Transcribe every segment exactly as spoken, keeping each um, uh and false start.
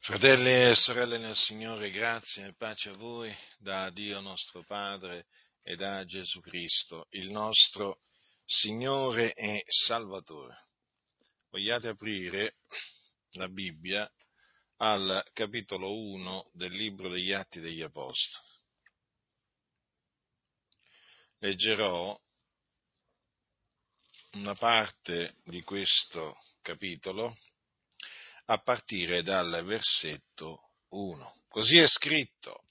Fratelli e sorelle nel Signore, grazie e pace a voi da Dio nostro Padre e da Gesù Cristo, il nostro Signore e Salvatore. Vogliate aprire la Bibbia al capitolo uno del libro degli Atti degli Apostoli. Leggerò una parte di questo capitolo a partire dal versetto uno. Così è scritto: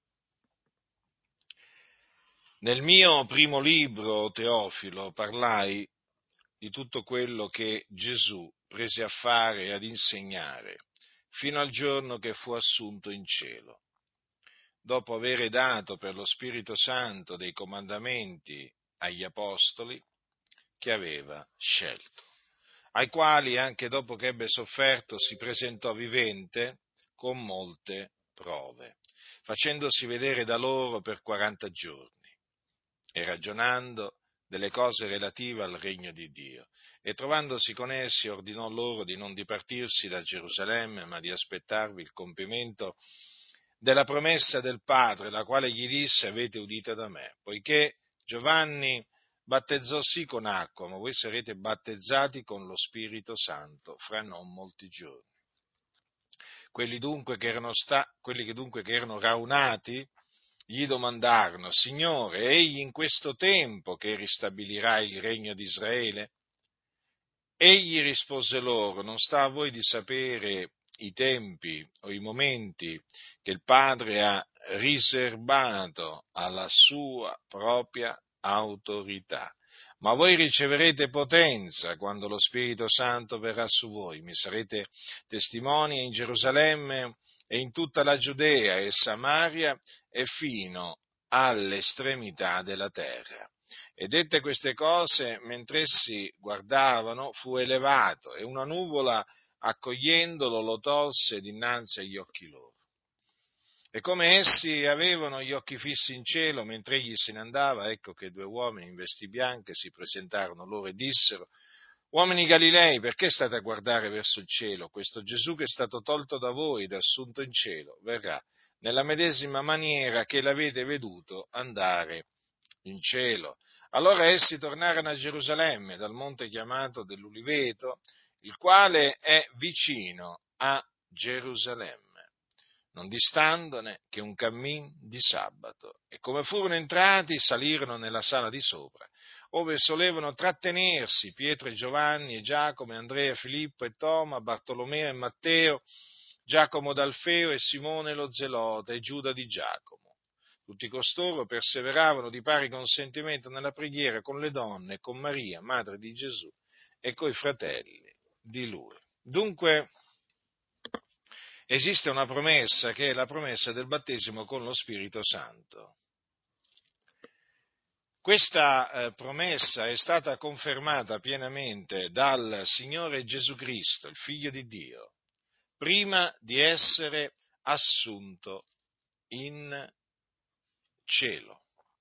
nel mio primo libro, Teofilo, parlai di tutto quello che Gesù prese a fare e ad insegnare fino al giorno che fu assunto in cielo, dopo avere dato per lo Spirito Santo dei comandamenti agli apostoli che aveva scelto, ai quali, anche dopo che ebbe sofferto, si presentò vivente con molte prove, facendosi vedere da loro per quaranta giorni, e ragionando delle cose relative al regno di Dio. E trovandosi con essi ordinò loro di non dipartirsi da Gerusalemme, ma di aspettarvi il compimento della promessa del Padre, la quale gli disse: avete udito da me, poiché Giovanni battezzò sì con acqua, ma voi sarete battezzati con lo Spirito Santo fra non molti giorni. Quelli dunque che erano, sta, quelli che dunque che erano raunati gli domandarono: Signore, egli in questo tempo che ristabilirà il regno di Israele? Egli rispose loro: non sta a voi di sapere i tempi o i momenti che il Padre ha riservato alla sua propria autorità. Ma voi riceverete potenza quando lo Spirito Santo verrà su voi. Mi sarete testimoni in Gerusalemme e in tutta la Giudea e Samaria e fino all'estremità della terra. E dette queste cose, mentre essi guardavano, fu elevato, e una nuvola, accogliendolo, lo tolse dinanzi agli occhi loro. E come essi avevano gli occhi fissi in cielo, mentre egli se ne andava, ecco che due uomini in vesti bianche si presentarono loro e dissero: uomini Galilei, perché state a guardare verso il cielo? Questo Gesù che è stato tolto da voi ed assunto in cielo verrà nella medesima maniera che l'avete veduto andare in cielo. Allora essi tornarono a Gerusalemme dal monte chiamato dell'Uliveto, il quale è vicino a Gerusalemme, non distandone che un cammin di sabato. E come furono entrati, salirono nella sala di sopra, ove solevano trattenersi Pietro e Giovanni e Giacomo e Andrea, Filippo e Toma, Bartolomeo e Matteo, Giacomo d'Alfeo e Simone lo Zelota e Giuda di Giacomo. Tutti costoro perseveravano di pari consentimento nella preghiera con le donne e con Maria, madre di Gesù, e coi fratelli di lui. Dunque, esiste una promessa che è la promessa del battesimo con lo Spirito Santo. Questa eh, promessa è stata confermata pienamente dal Signore Gesù Cristo, il Figlio di Dio, prima di essere assunto in cielo.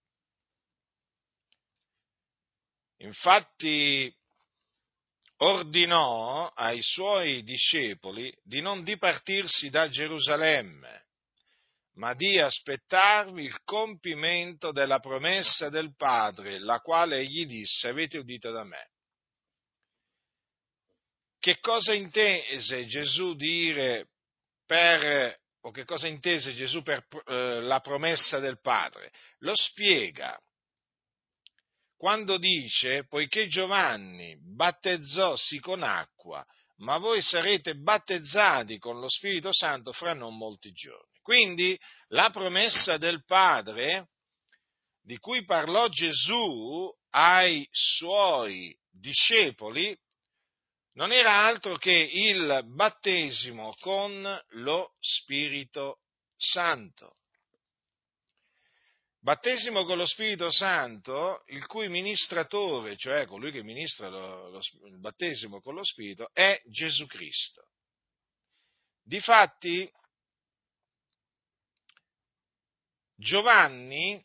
Infatti ordinò ai suoi discepoli di non dipartirsi da Gerusalemme, ma di aspettarvi il compimento della promessa del Padre, la quale egli disse: avete udito da me. Che cosa intese Gesù dire per, o che cosa intese Gesù per eh, la promessa del Padre? Lo spiega quando dice: poiché Giovanni battezzò sì con acqua, ma voi sarete battezzati con lo Spirito Santo fra non molti giorni. Quindi la promessa del Padre, di cui parlò Gesù ai suoi discepoli, non era altro che il battesimo con lo Spirito Santo. Battesimo con lo Spirito Santo, il cui ministratore, cioè colui che ministra lo, lo, il battesimo con lo Spirito, è Gesù Cristo. Difatti, Giovanni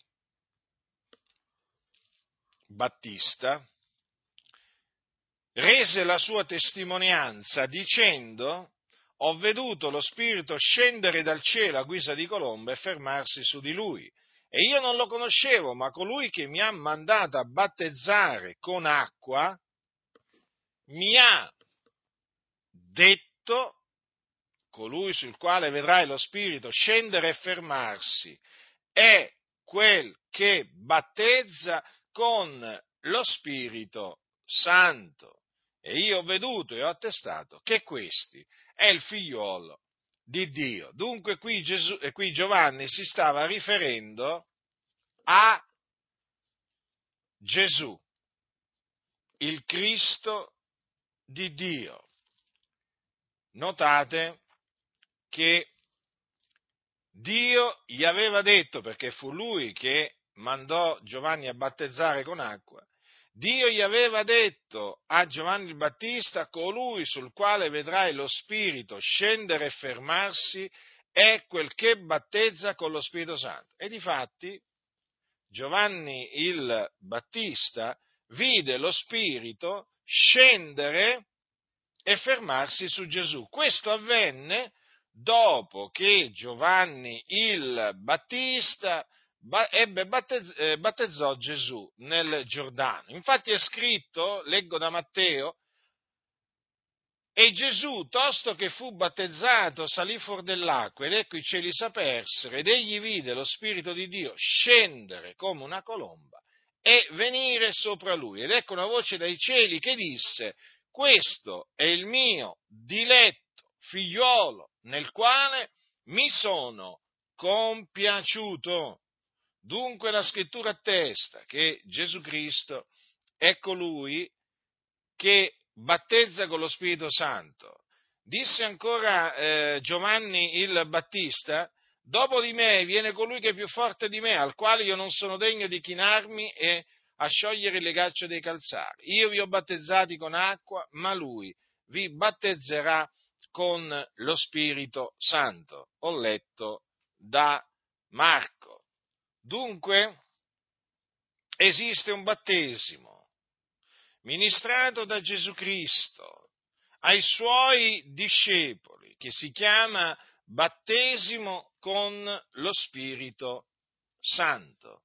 Battista rese la sua testimonianza dicendo: ho veduto lo Spirito scendere dal cielo a guisa di colomba e fermarsi su di lui. E io non lo conoscevo, ma colui che mi ha mandato a battezzare con acqua mi ha detto, colui sul quale vedrai lo Spirito scendere e fermarsi, è quel che battezza con lo Spirito Santo. E io ho veduto e ho attestato che questi è il figliuolo di Dio. Dunque qui, Gesù, eh, qui Giovanni si stava riferendo a Gesù, il Cristo di Dio. Notate che Dio gli aveva detto, perché fu lui che mandò Giovanni a battezzare con acqua, Dio gli aveva detto a Giovanni il Battista: colui sul quale vedrai lo Spirito scendere e fermarsi è quel che battezza con lo Spirito Santo. E difatti Giovanni il Battista vide lo Spirito scendere e fermarsi su Gesù. Questo avvenne dopo che Giovanni il Battista ebbe battezz- eh, battezzò Gesù nel Giordano. Infatti è scritto, leggo da Matteo: e Gesù, tosto che fu battezzato, salì fuori dell'acqua, ed ecco i cieli s'apersero, ed egli vide lo Spirito di Dio scendere come una colomba e venire sopra lui. Ed ecco una voce dai cieli che disse: questo è il mio diletto figliuolo, nel quale mi sono compiaciuto. Dunque la scrittura attesta che Gesù Cristo è colui che battezza con lo Spirito Santo. Disse ancora eh, Giovanni il Battista: dopo di me viene colui che è più forte di me, al quale io non sono degno di chinarmi e a sciogliere il legaccio dei calzari. Io vi ho battezzati con acqua, ma lui vi battezzerà con lo Spirito Santo. Ho letto da Marco. Dunque esiste un battesimo ministrato da Gesù Cristo ai suoi discepoli, che si chiama battesimo con lo Spirito Santo.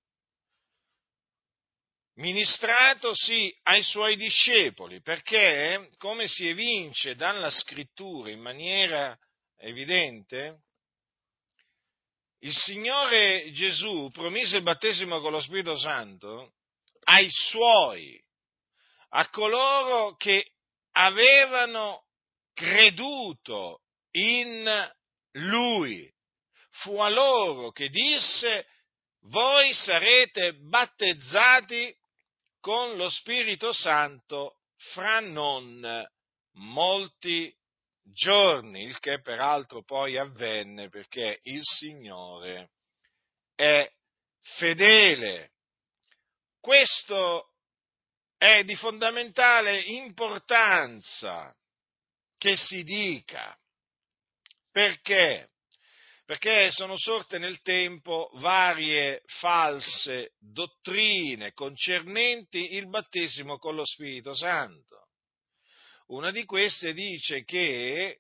Ministrato sì ai suoi discepoli, perché, come si evince dalla scrittura in maniera evidente, il Signore Gesù promise il battesimo con lo Spirito Santo ai suoi, a coloro che avevano creduto in Lui. Fu a loro che disse: voi sarete battezzati con lo Spirito Santo fra non molti giorni, il che peraltro poi avvenne, perché il Signore è fedele. Questo è di fondamentale importanza che si dica. Perché? Perché sono sorte nel tempo varie false dottrine concernenti il battesimo con lo Spirito Santo. Una di queste dice che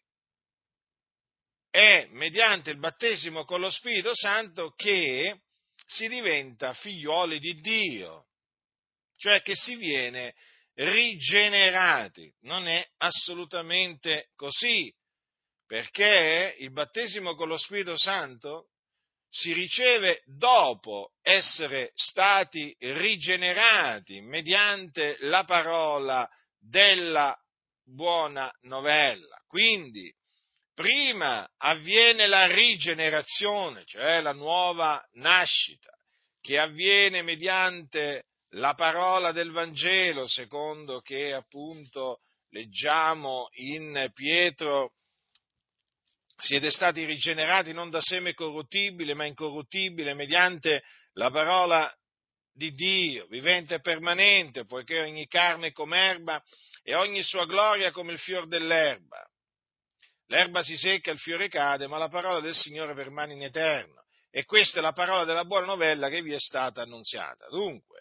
è mediante il battesimo con lo Spirito Santo che si diventa figlioli di Dio, cioè che si viene rigenerati. Non è assolutamente così, perché il battesimo con lo Spirito Santo si riceve dopo essere stati rigenerati mediante la parola della buona novella. Quindi, prima avviene la rigenerazione, cioè la nuova nascita, che avviene mediante la parola del Vangelo, secondo che appunto leggiamo in Pietro: siete stati rigenerati non da seme corruttibile, ma incorruttibile, mediante la parola di Dio, vivente e permanente, poiché ogni carne è come erba e ogni sua gloria come il fior dell'erba. L'erba si secca, il fiore cade, ma la parola del Signore permane in eterno. E questa è la parola della buona novella che vi è stata annunziata. Dunque,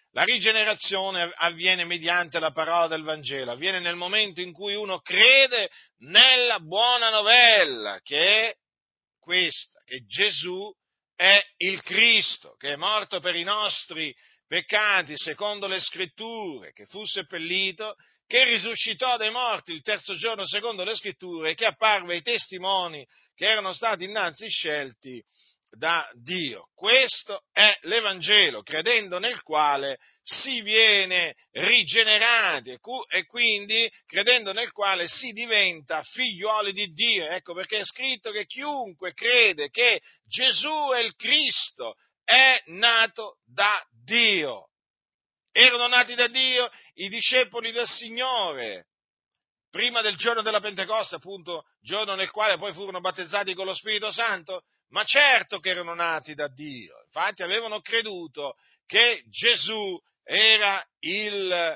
La rigenerazione avviene mediante la parola del Vangelo, avviene nel momento in cui uno crede nella buona novella, che è questa, che Gesù è il Cristo, che è morto per i nostri peccati secondo le Scritture, che fu seppellito, che risuscitò dai morti il terzo giorno secondo le Scritture e che apparve ai testimoni che erano stati innanzi scelti da Dio. Questo è l'Evangelo, credendo nel quale si viene rigenerati e, cu- e quindi credendo nel quale si diventa figliuoli di Dio. Ecco perché è scritto che chiunque crede che Gesù è il Cristo è nato da Dio. Erano nati da Dio i discepoli del Signore, prima del giorno della Pentecoste, appunto, giorno nel quale poi furono battezzati con lo Spirito Santo, ma certo che erano nati da Dio, infatti avevano creduto che Gesù era il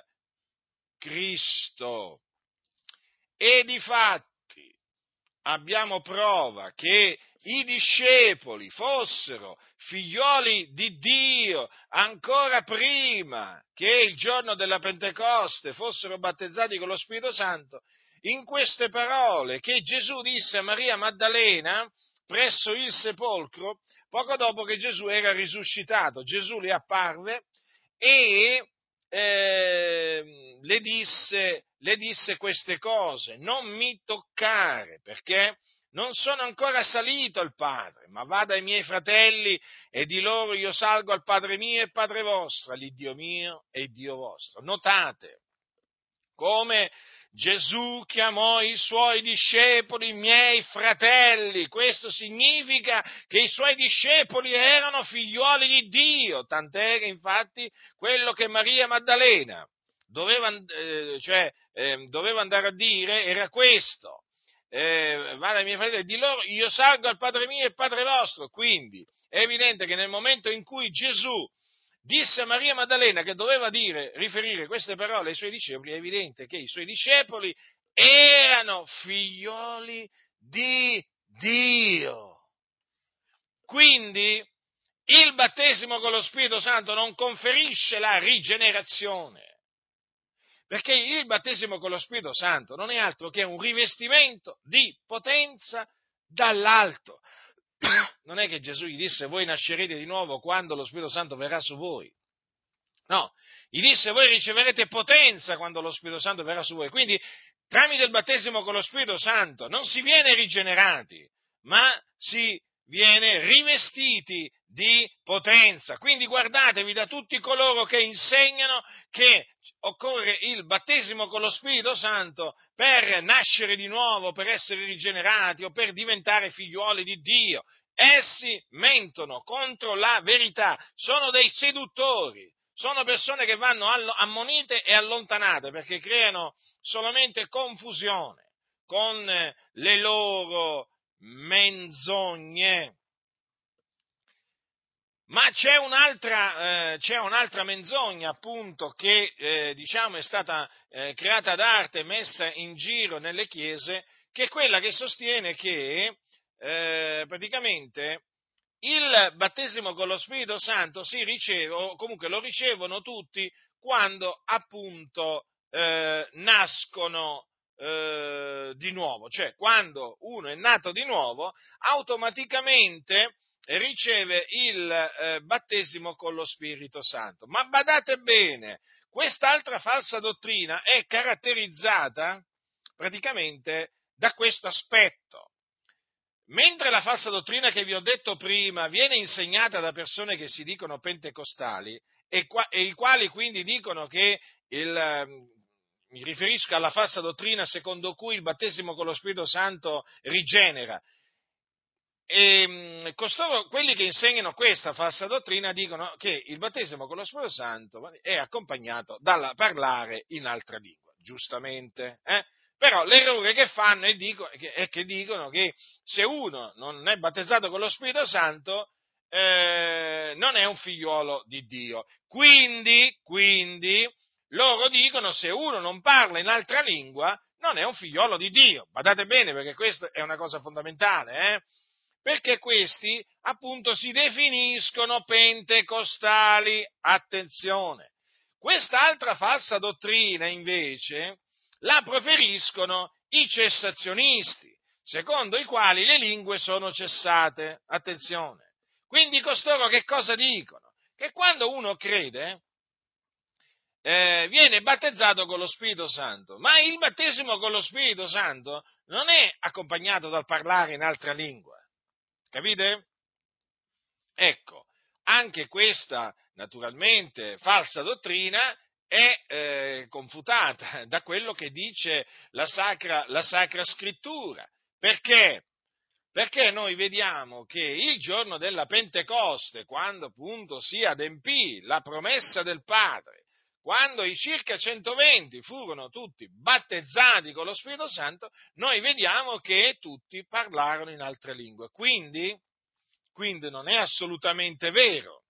Cristo. E difatti abbiamo prova che i discepoli fossero figlioli di Dio ancora prima che il giorno della Pentecoste fossero battezzati con lo Spirito Santo, in queste parole che Gesù disse a Maria Maddalena presso il sepolcro, poco dopo che Gesù era risuscitato. Gesù le apparve e eh, le disse, le disse queste cose: non mi toccare, perché non sono ancora salito al Padre, ma vado ai miei fratelli e di loro io salgo al Padre mio e Padre vostro, all'Iddio mio e Dio vostro. Notate come Gesù chiamò i suoi discepoli miei fratelli. Questo significa che i suoi discepoli erano figliuoli di Dio, tant'è che infatti quello che Maria Maddalena doveva, eh, cioè, eh, doveva andare a dire era questo: eh, vada ai miei fratelli, di loro io salgo al Padre mio e Padre vostro. Quindi è evidente che nel momento in cui Gesù disse a Maria Maddalena che doveva dire, riferire queste parole ai suoi discepoli, è evidente che i suoi discepoli erano figlioli di Dio. Quindi il battesimo con lo Spirito Santo non conferisce la rigenerazione, perché il battesimo con lo Spirito Santo non è altro che un rivestimento di potenza dall'alto. Non è che Gesù gli disse: voi nascerete di nuovo quando lo Spirito Santo verrà su voi. No, gli disse: voi riceverete potenza quando lo Spirito Santo verrà su voi. Quindi tramite il battesimo con lo Spirito Santo non si viene rigenerati, ma si viene rivestiti di potenza. Quindi guardatevi da tutti coloro che insegnano che occorre il battesimo con lo Spirito Santo per nascere di nuovo, per essere rigenerati o per diventare figliuoli di Dio. Essi mentono contro la verità, sono dei seduttori. Sono persone che vanno ammonite e allontanate perché creano solamente confusione con le loro menzogne. Ma c'è un'altra, eh, c'è un'altra menzogna, appunto, che eh, diciamo è stata eh, creata d'arte e messa in giro nelle chiese, che è quella che sostiene che eh, praticamente il battesimo con lo Spirito Santo si riceve, o comunque lo ricevono tutti quando appunto eh, nascono eh, di nuovo, cioè quando uno è nato di nuovo automaticamente riceve il eh, battesimo con lo Spirito Santo. Ma badate bene, quest'altra falsa dottrina è caratterizzata praticamente da questo aspetto. Mentre la falsa dottrina che vi ho detto prima viene insegnata da persone che si dicono pentecostali e, qua, e i quali quindi dicono che il, mi riferisco alla falsa dottrina secondo cui il battesimo con lo Spirito Santo rigenera, e costoro, quelli che insegnano questa falsa dottrina dicono che il battesimo con lo Spirito Santo è accompagnato dal parlare in altra lingua, giustamente, eh? Però l'errore che fanno è, dico, è che dicono che se uno non è battezzato con lo Spirito Santo eh, non è un figliuolo di Dio. Quindi, quindi loro dicono: se uno non parla in altra lingua non è un figliuolo di Dio. Badate bene, perché questa è una cosa fondamentale, eh? Perché questi appunto si definiscono pentecostali, attenzione, Quest'altra falsa dottrina, invece, la proferiscono i cessazionisti, secondo i quali le lingue sono cessate. Attenzione. Quindi costoro che cosa dicono? Che quando uno crede, eh, viene battezzato con lo Spirito Santo, ma il battesimo con lo Spirito Santo non è accompagnato dal parlare in altra lingua. Capite? Ecco, anche questa, naturalmente, falsa dottrina è eh, confutata da quello che dice la Sacra, la Sacra Scrittura. Perché? Perché noi vediamo che il giorno della Pentecoste, quando appunto si adempì la promessa del Padre, quando i circa centoventi furono tutti battezzati con lo Spirito Santo, noi vediamo che tutti parlarono in altre lingue. Quindi, quindi non è assolutamente vero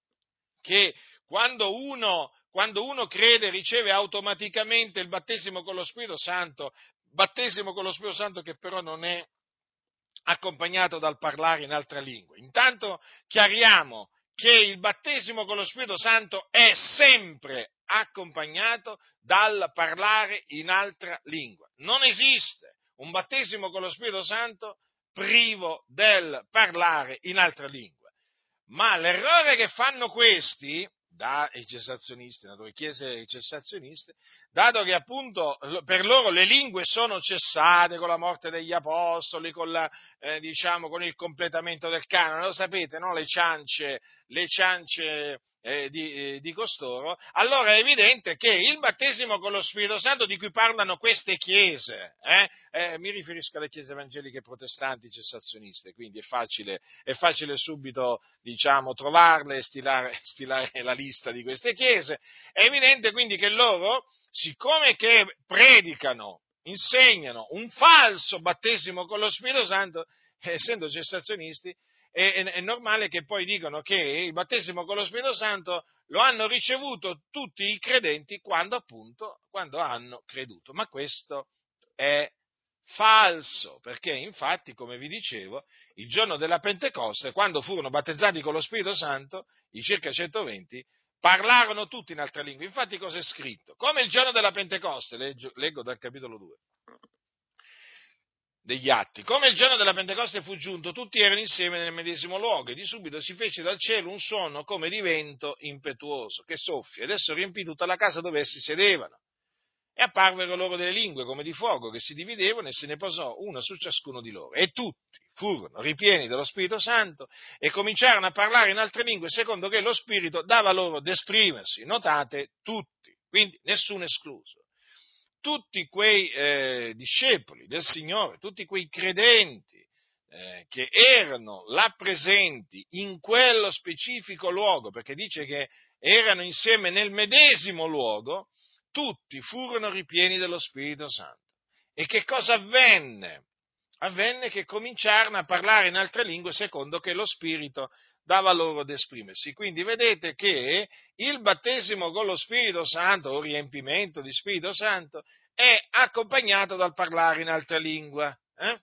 che quando uno, quando uno crede riceve automaticamente il battesimo con lo Spirito Santo, battesimo con lo Spirito Santo che però non è accompagnato dal parlare in altra lingua. Intanto chiariamo che il battesimo con lo Spirito Santo è sempre accompagnato dal parlare in altra lingua. Non esiste un battesimo con lo Spirito Santo privo del parlare in altra lingua. Ma l'errore che fanno questi, da i cessazionisti, le chiese cessazioniste, dato che appunto per loro le lingue sono cessate con la morte degli apostoli, con, la, eh, diciamo, con il completamento del canone, lo sapete, no? Le ciance, le ciance eh, di, eh, di costoro, allora è evidente che il battesimo con lo Spirito Santo di cui parlano queste chiese, eh, eh, mi riferisco alle chiese evangeliche protestanti cessazioniste, quindi è facile, è facile subito, diciamo, trovarle e stilare, stilare la lista di queste chiese. È evidente quindi che loro, siccome che predicano, insegnano un falso battesimo con lo Spirito Santo, essendo cessazionisti, è, è, è normale che poi dicono che il battesimo con lo Spirito Santo lo hanno ricevuto tutti i credenti quando appunto, quando hanno creduto. Ma questo è falso, perché infatti, come vi dicevo, il giorno della Pentecoste, quando furono battezzati con lo Spirito Santo, i circa centoventi, parlarono tutti in altre lingue. Infatti cosa è scritto? Come il giorno della Pentecoste, leggo, leggo dal capitolo due degli Atti, come il giorno della Pentecoste fu giunto, tutti erano insieme nel medesimo luogo, e di subito si fece dal cielo un suono come di vento impetuoso, che soffia, ed esso riempì tutta la casa dove essi sedevano. E apparvero loro delle lingue come di fuoco che si dividevano, e se ne posò una su ciascuno di loro. E tutti furono ripieni dello Spirito Santo e cominciarono a parlare in altre lingue secondo che lo Spirito dava loro d'esprimersi. Notate, tutti, quindi nessuno escluso. Tutti quei eh, discepoli del Signore, tutti quei credenti eh, che erano là presenti in quello specifico luogo, perché dice che erano insieme nel medesimo luogo, tutti furono ripieni dello Spirito Santo. E che cosa avvenne? Avvenne che cominciarono a parlare in altre lingue secondo che lo Spirito dava loro ad esprimersi. Quindi vedete che il battesimo con lo Spirito Santo, o riempimento di Spirito Santo, è accompagnato dal parlare in altra lingua. Eh?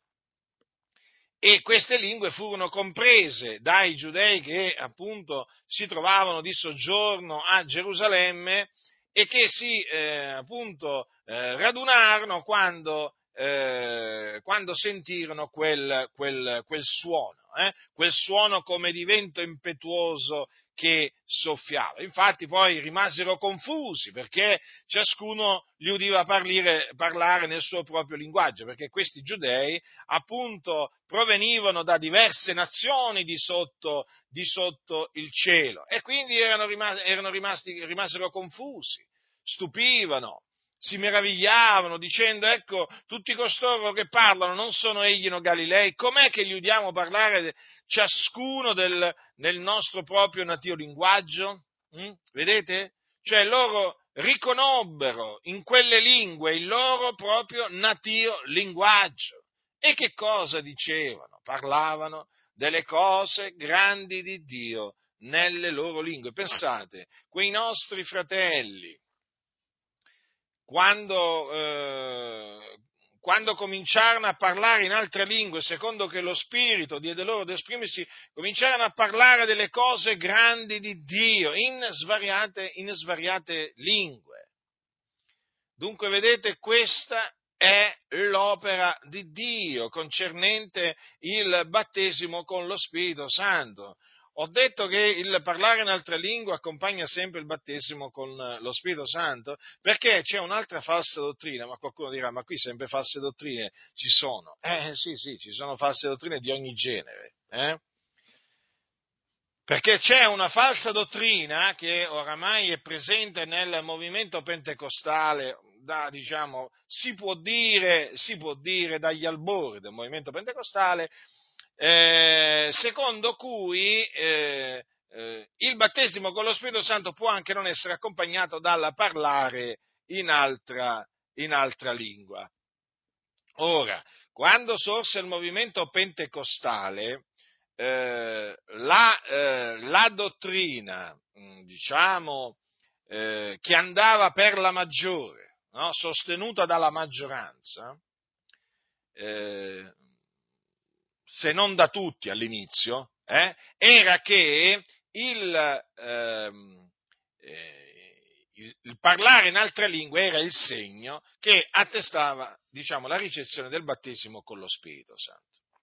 E queste lingue furono comprese dai giudei che appunto si trovavano di soggiorno a Gerusalemme e che si eh, appunto eh, radunarono quando, eh, quando sentirono quel, quel, quel suono, eh? quel suono come di vento impetuoso che soffiava. Infatti poi rimasero confusi perché ciascuno li udiva parlare, parlare nel suo proprio linguaggio, perché questi giudei appunto provenivano da diverse nazioni di sotto, di sotto il cielo e quindi erano rimasti, erano rimasti, rimasero confusi, stupivano, si meravigliavano dicendo: ecco, tutti costoro che parlano non sono egli no Galilei, com'è che li udiamo parlare ciascuno del, nel nostro proprio natio linguaggio? Mm? Vedete? Cioè loro riconobbero in quelle lingue il loro proprio natio linguaggio. E che cosa dicevano? Parlavano delle cose grandi di Dio nelle loro lingue. Pensate, quei nostri fratelli, quando, eh, quando cominciarono a parlare in altre lingue, secondo che lo Spirito diede loro ad esprimersi, cominciarono a parlare delle cose grandi di Dio in svariate, in svariate lingue. Dunque, vedete, questa è l'opera di Dio concernente il battesimo con lo Spirito Santo. Ho detto che il parlare in altre lingue accompagna sempre il battesimo con lo Spirito Santo, perché c'è un'altra falsa dottrina, ma qualcuno dirà, ma qui sempre false dottrine ci sono. Eh sì, sì, ci sono false dottrine di ogni genere, eh? Perché c'è una falsa dottrina che oramai è presente nel movimento pentecostale, da, diciamo, si può dire, si può dire dagli albori del movimento pentecostale, eh, secondo cui eh, eh, il battesimo con lo Spirito Santo può anche non essere accompagnato dal parlare in altra, in altra lingua. Ora, quando sorse il movimento pentecostale, eh, la, eh, la dottrina, mh, diciamo, eh, che andava per la maggiore, no? Sostenuta dalla maggioranza, eh, se non da tutti all'inizio, eh, era che il, ehm, eh, il, il parlare in altre lingue era il segno che attestava, diciamo, la ricezione del battesimo con lo Spirito Santo.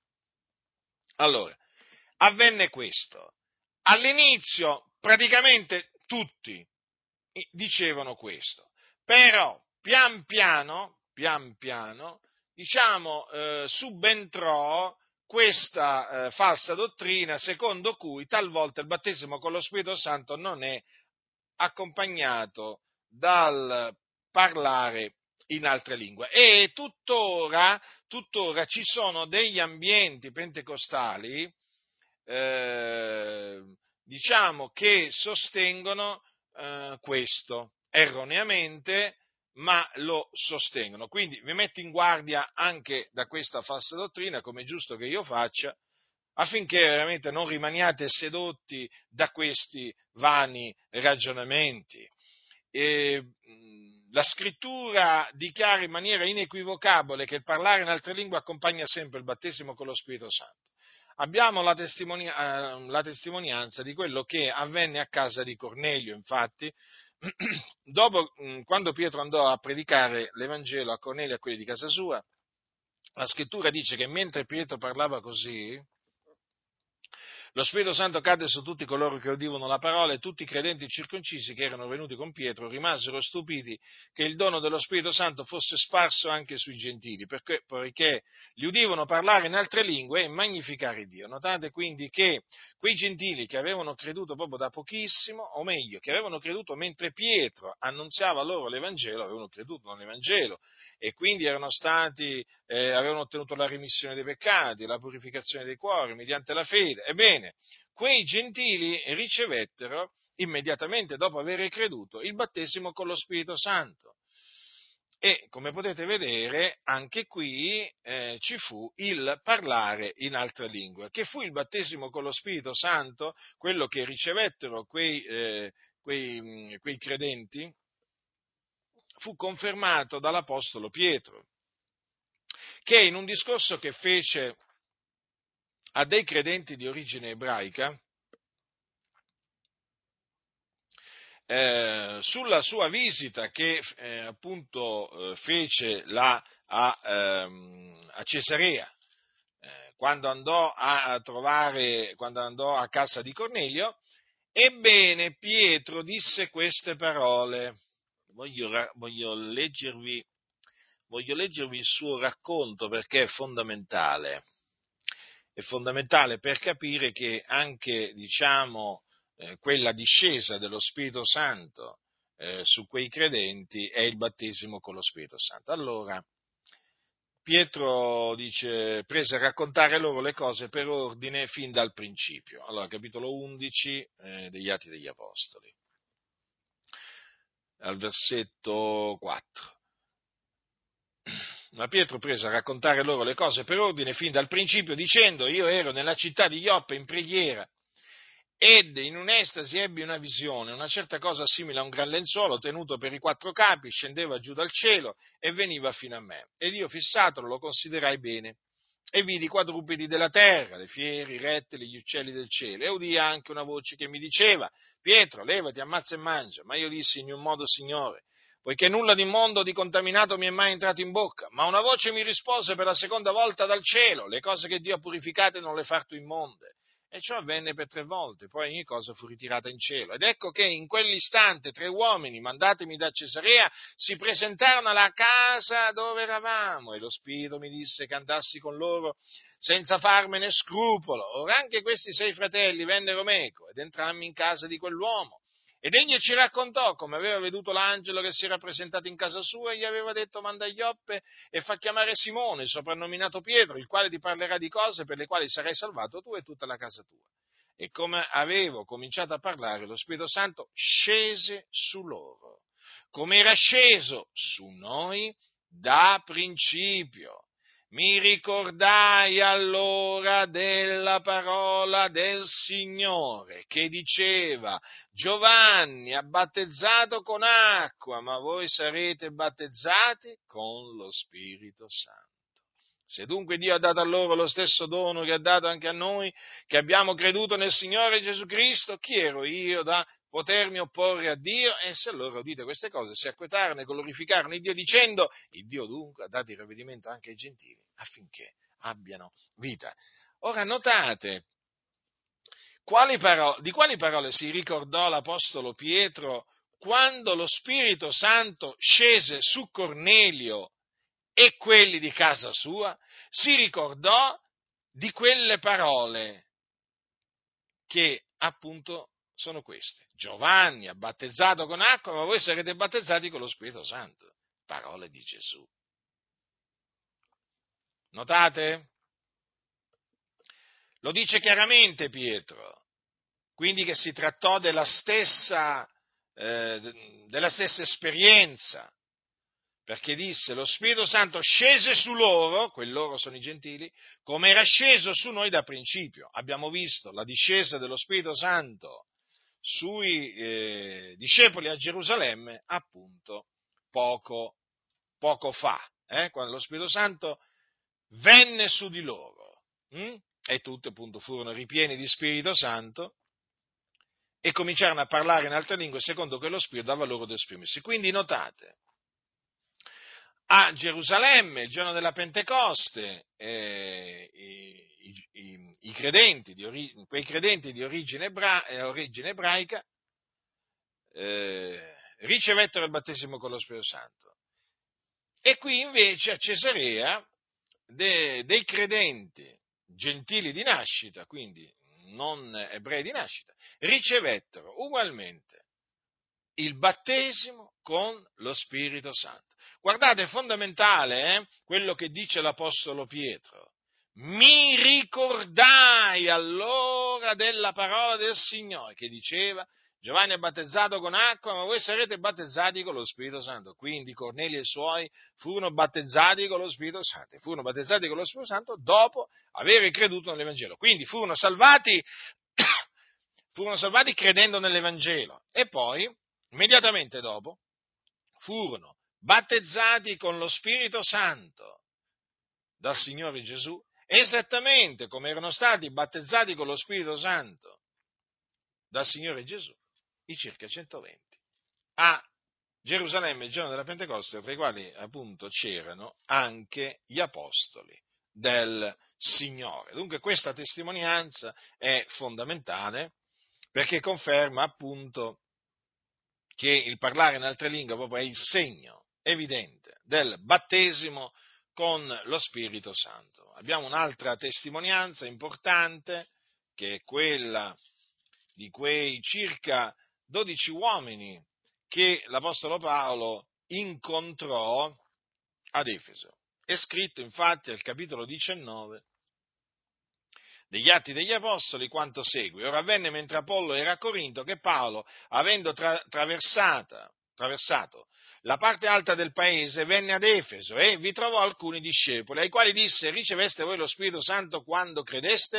Allora, avvenne questo. All'inizio praticamente tutti dicevano questo, però pian piano, pian piano, diciamo, eh, subentrò questa eh, falsa dottrina secondo cui talvolta il battesimo con lo Spirito Santo non è accompagnato dal parlare in altre lingue. E tuttora, tuttora ci sono degli ambienti pentecostali, eh, diciamo, che sostengono eh, questo, erroneamente, ma lo sostengono. Quindi vi metto in guardia anche da questa falsa dottrina, come è giusto che io faccia, affinché veramente non rimaniate sedotti da questi vani ragionamenti. E, la scrittura dichiara in maniera inequivocabile che il parlare in altre lingue accompagna sempre il battesimo con lo Spirito Santo. Abbiamo la, testimonia- la testimonianza di quello che avvenne a casa di Cornelio, infatti, dopo, quando Pietro andò a predicare l'Evangelo a Cornelio e a quelli di casa sua, la scrittura dice che mentre Pietro parlava così, lo Spirito Santo cadde su tutti coloro che udivano la parola e tutti i credenti circoncisi che erano venuti con Pietro rimasero stupiti che il dono dello Spirito Santo fosse sparso anche sui gentili, perché, poiché li udivano parlare in altre lingue e magnificare Dio. Notate quindi che quei gentili che avevano creduto proprio da pochissimo, o meglio, che avevano creduto mentre Pietro annunziava loro l'Evangelo, avevano creduto nell'Evangelo e quindi erano stati, eh, avevano ottenuto la remissione dei peccati, la purificazione dei cuori mediante la fede. Ebbene, quei gentili ricevettero immediatamente dopo aver creduto il battesimo con lo Spirito Santo. E come potete vedere, anche qui eh, ci fu il parlare in altre lingue, che fu il battesimo con lo Spirito Santo, quello che ricevettero quei, eh, quei, quei credenti, fu confermato dall'Apostolo Pietro, che in un discorso che fece a dei credenti di origine ebraica, eh, sulla sua visita che eh, appunto eh, fece là a, ehm, a Cesarea, eh, quando andò a trovare, quando andò a casa di Cornelio, ebbene Pietro disse queste parole. Voglio, voglio leggervi Voglio leggervi il suo racconto perché è fondamentale, è fondamentale per capire che anche, diciamo, eh, quella discesa dello Spirito Santo eh, su quei credenti è il battesimo con lo Spirito Santo. Allora, Pietro dice, prese a raccontare loro le cose per ordine fin dal principio. Allora, capitolo undici eh, degli Atti degli Apostoli, al versetto quattro. Ma Pietro prese a raccontare loro le cose per ordine fin dal principio, dicendo: io ero nella città di Ioppe in preghiera ed in un'estasi ebbi una visione, una certa cosa simile a un gran lenzuolo tenuto per i quattro capi, scendeva giù dal cielo e veniva fino a me. Ed io fissatolo lo considerai bene e vidi i quadrupedi della terra, le fiere, i rettili, gli uccelli del cielo, e udii anche una voce che mi diceva: Pietro, levati, ammazza e mangia. Ma io dissi in un modo: Signore, poiché nulla di mondo o di contaminato mi è mai entrato in bocca. Ma una voce mi rispose per la seconda volta dal cielo: le cose che Dio ha purificate non le far tu immonde. E ciò avvenne per tre volte, poi ogni cosa fu ritirata in cielo. Ed ecco che in quell'istante tre uomini, mandatemi da Cesarea, si presentarono alla casa dove eravamo, e lo Spirito mi disse che andassi con loro senza farmene scrupolo. Ora anche questi sei fratelli vennero meco, ed entrammi in casa di quell'uomo. Ed egli ci raccontò come aveva veduto l'angelo che si era presentato in casa sua e gli aveva detto: manda Ioppe e fa chiamare Simone, soprannominato Pietro, il quale ti parlerà di cose per le quali sarai salvato tu e tutta la casa tua. E come avevo cominciato a parlare, lo Spirito Santo scese su loro, come era sceso su noi da principio. Mi ricordai allora della parola del Signore che diceva: Giovanni ha battezzato con acqua, ma voi sarete battezzati con lo Spirito Santo. Se dunque Dio ha dato a loro lo stesso dono che ha dato anche a noi, che abbiamo creduto nel Signore Gesù Cristo, chi ero io da potermi opporre a Dio? E se loro udite queste cose, si acquetarono e glorificarono il Dio dicendo: il Dio dunque ha dato il ravvedimento anche ai gentili, affinché abbiano vita. Ora notate, quali parole, di quali parole si ricordò l'Apostolo Pietro quando lo Spirito Santo scese su Cornelio e quelli di casa sua? Si ricordò di quelle parole che appunto sono queste: Giovanni ha battezzato con acqua, ma voi sarete battezzati con lo Spirito Santo. Parole di Gesù. Notate? Lo dice chiaramente Pietro, quindi che si trattò della stessa, eh, della stessa esperienza, perché disse: lo Spirito Santo scese su loro, quelli loro sono i gentili, come era sceso su noi da principio. Abbiamo visto la discesa dello Spirito Santo sui eh, discepoli a Gerusalemme appunto poco, poco fa, eh, quando lo Spirito Santo venne su di loro, hm? E tutti appunto furono ripieni di Spirito Santo e cominciarono a parlare in altre lingue secondo che lo Spirito dava loro di esprimersi. Quindi notate, a Gerusalemme, il giorno della Pentecoste, eh, i, i, i credenti di ori, quei credenti di origine, ebra, eh, origine ebraica eh, ricevettero il battesimo con lo Spirito Santo. E qui invece a Cesarea de, dei credenti gentili di nascita, quindi non ebrei di nascita, ricevettero ugualmente il battesimo con lo Spirito Santo. Guardate, è fondamentale eh, quello che dice l'Apostolo Pietro. Mi ricordai allora della parola del Signore che diceva: Giovanni è battezzato con acqua, ma voi sarete battezzati con lo Spirito Santo. Quindi Cornelio e i suoi furono battezzati con lo Spirito Santo. Furono battezzati con lo Spirito Santo dopo aver creduto nell'Evangelo. Quindi furono salvati, furono salvati credendo nell'Evangelo. E poi, immediatamente dopo, furono battezzati con lo Spirito Santo dal Signore Gesù, esattamente come erano stati battezzati con lo Spirito Santo dal Signore Gesù i circa centoventi a Gerusalemme il giorno della Pentecoste, fra i quali appunto c'erano anche gli apostoli del Signore. Dunque questa testimonianza è fondamentale perché conferma appunto che il parlare in altre lingue proprio è il segno evidente del battesimo con lo Spirito Santo. Abbiamo un'altra testimonianza importante che è quella di quei circa dodici uomini che l'Apostolo Paolo incontrò ad Efeso. È scritto infatti al capitolo diciannove degli Atti degli Apostoli quanto segue. Ora avvenne mentre Apollo era a Corinto che Paolo, avendo tra- traversata, traversato la parte alta del paese, venne ad Efeso e vi trovò alcuni discepoli, ai quali disse: riceveste voi lo Spirito Santo quando credeste?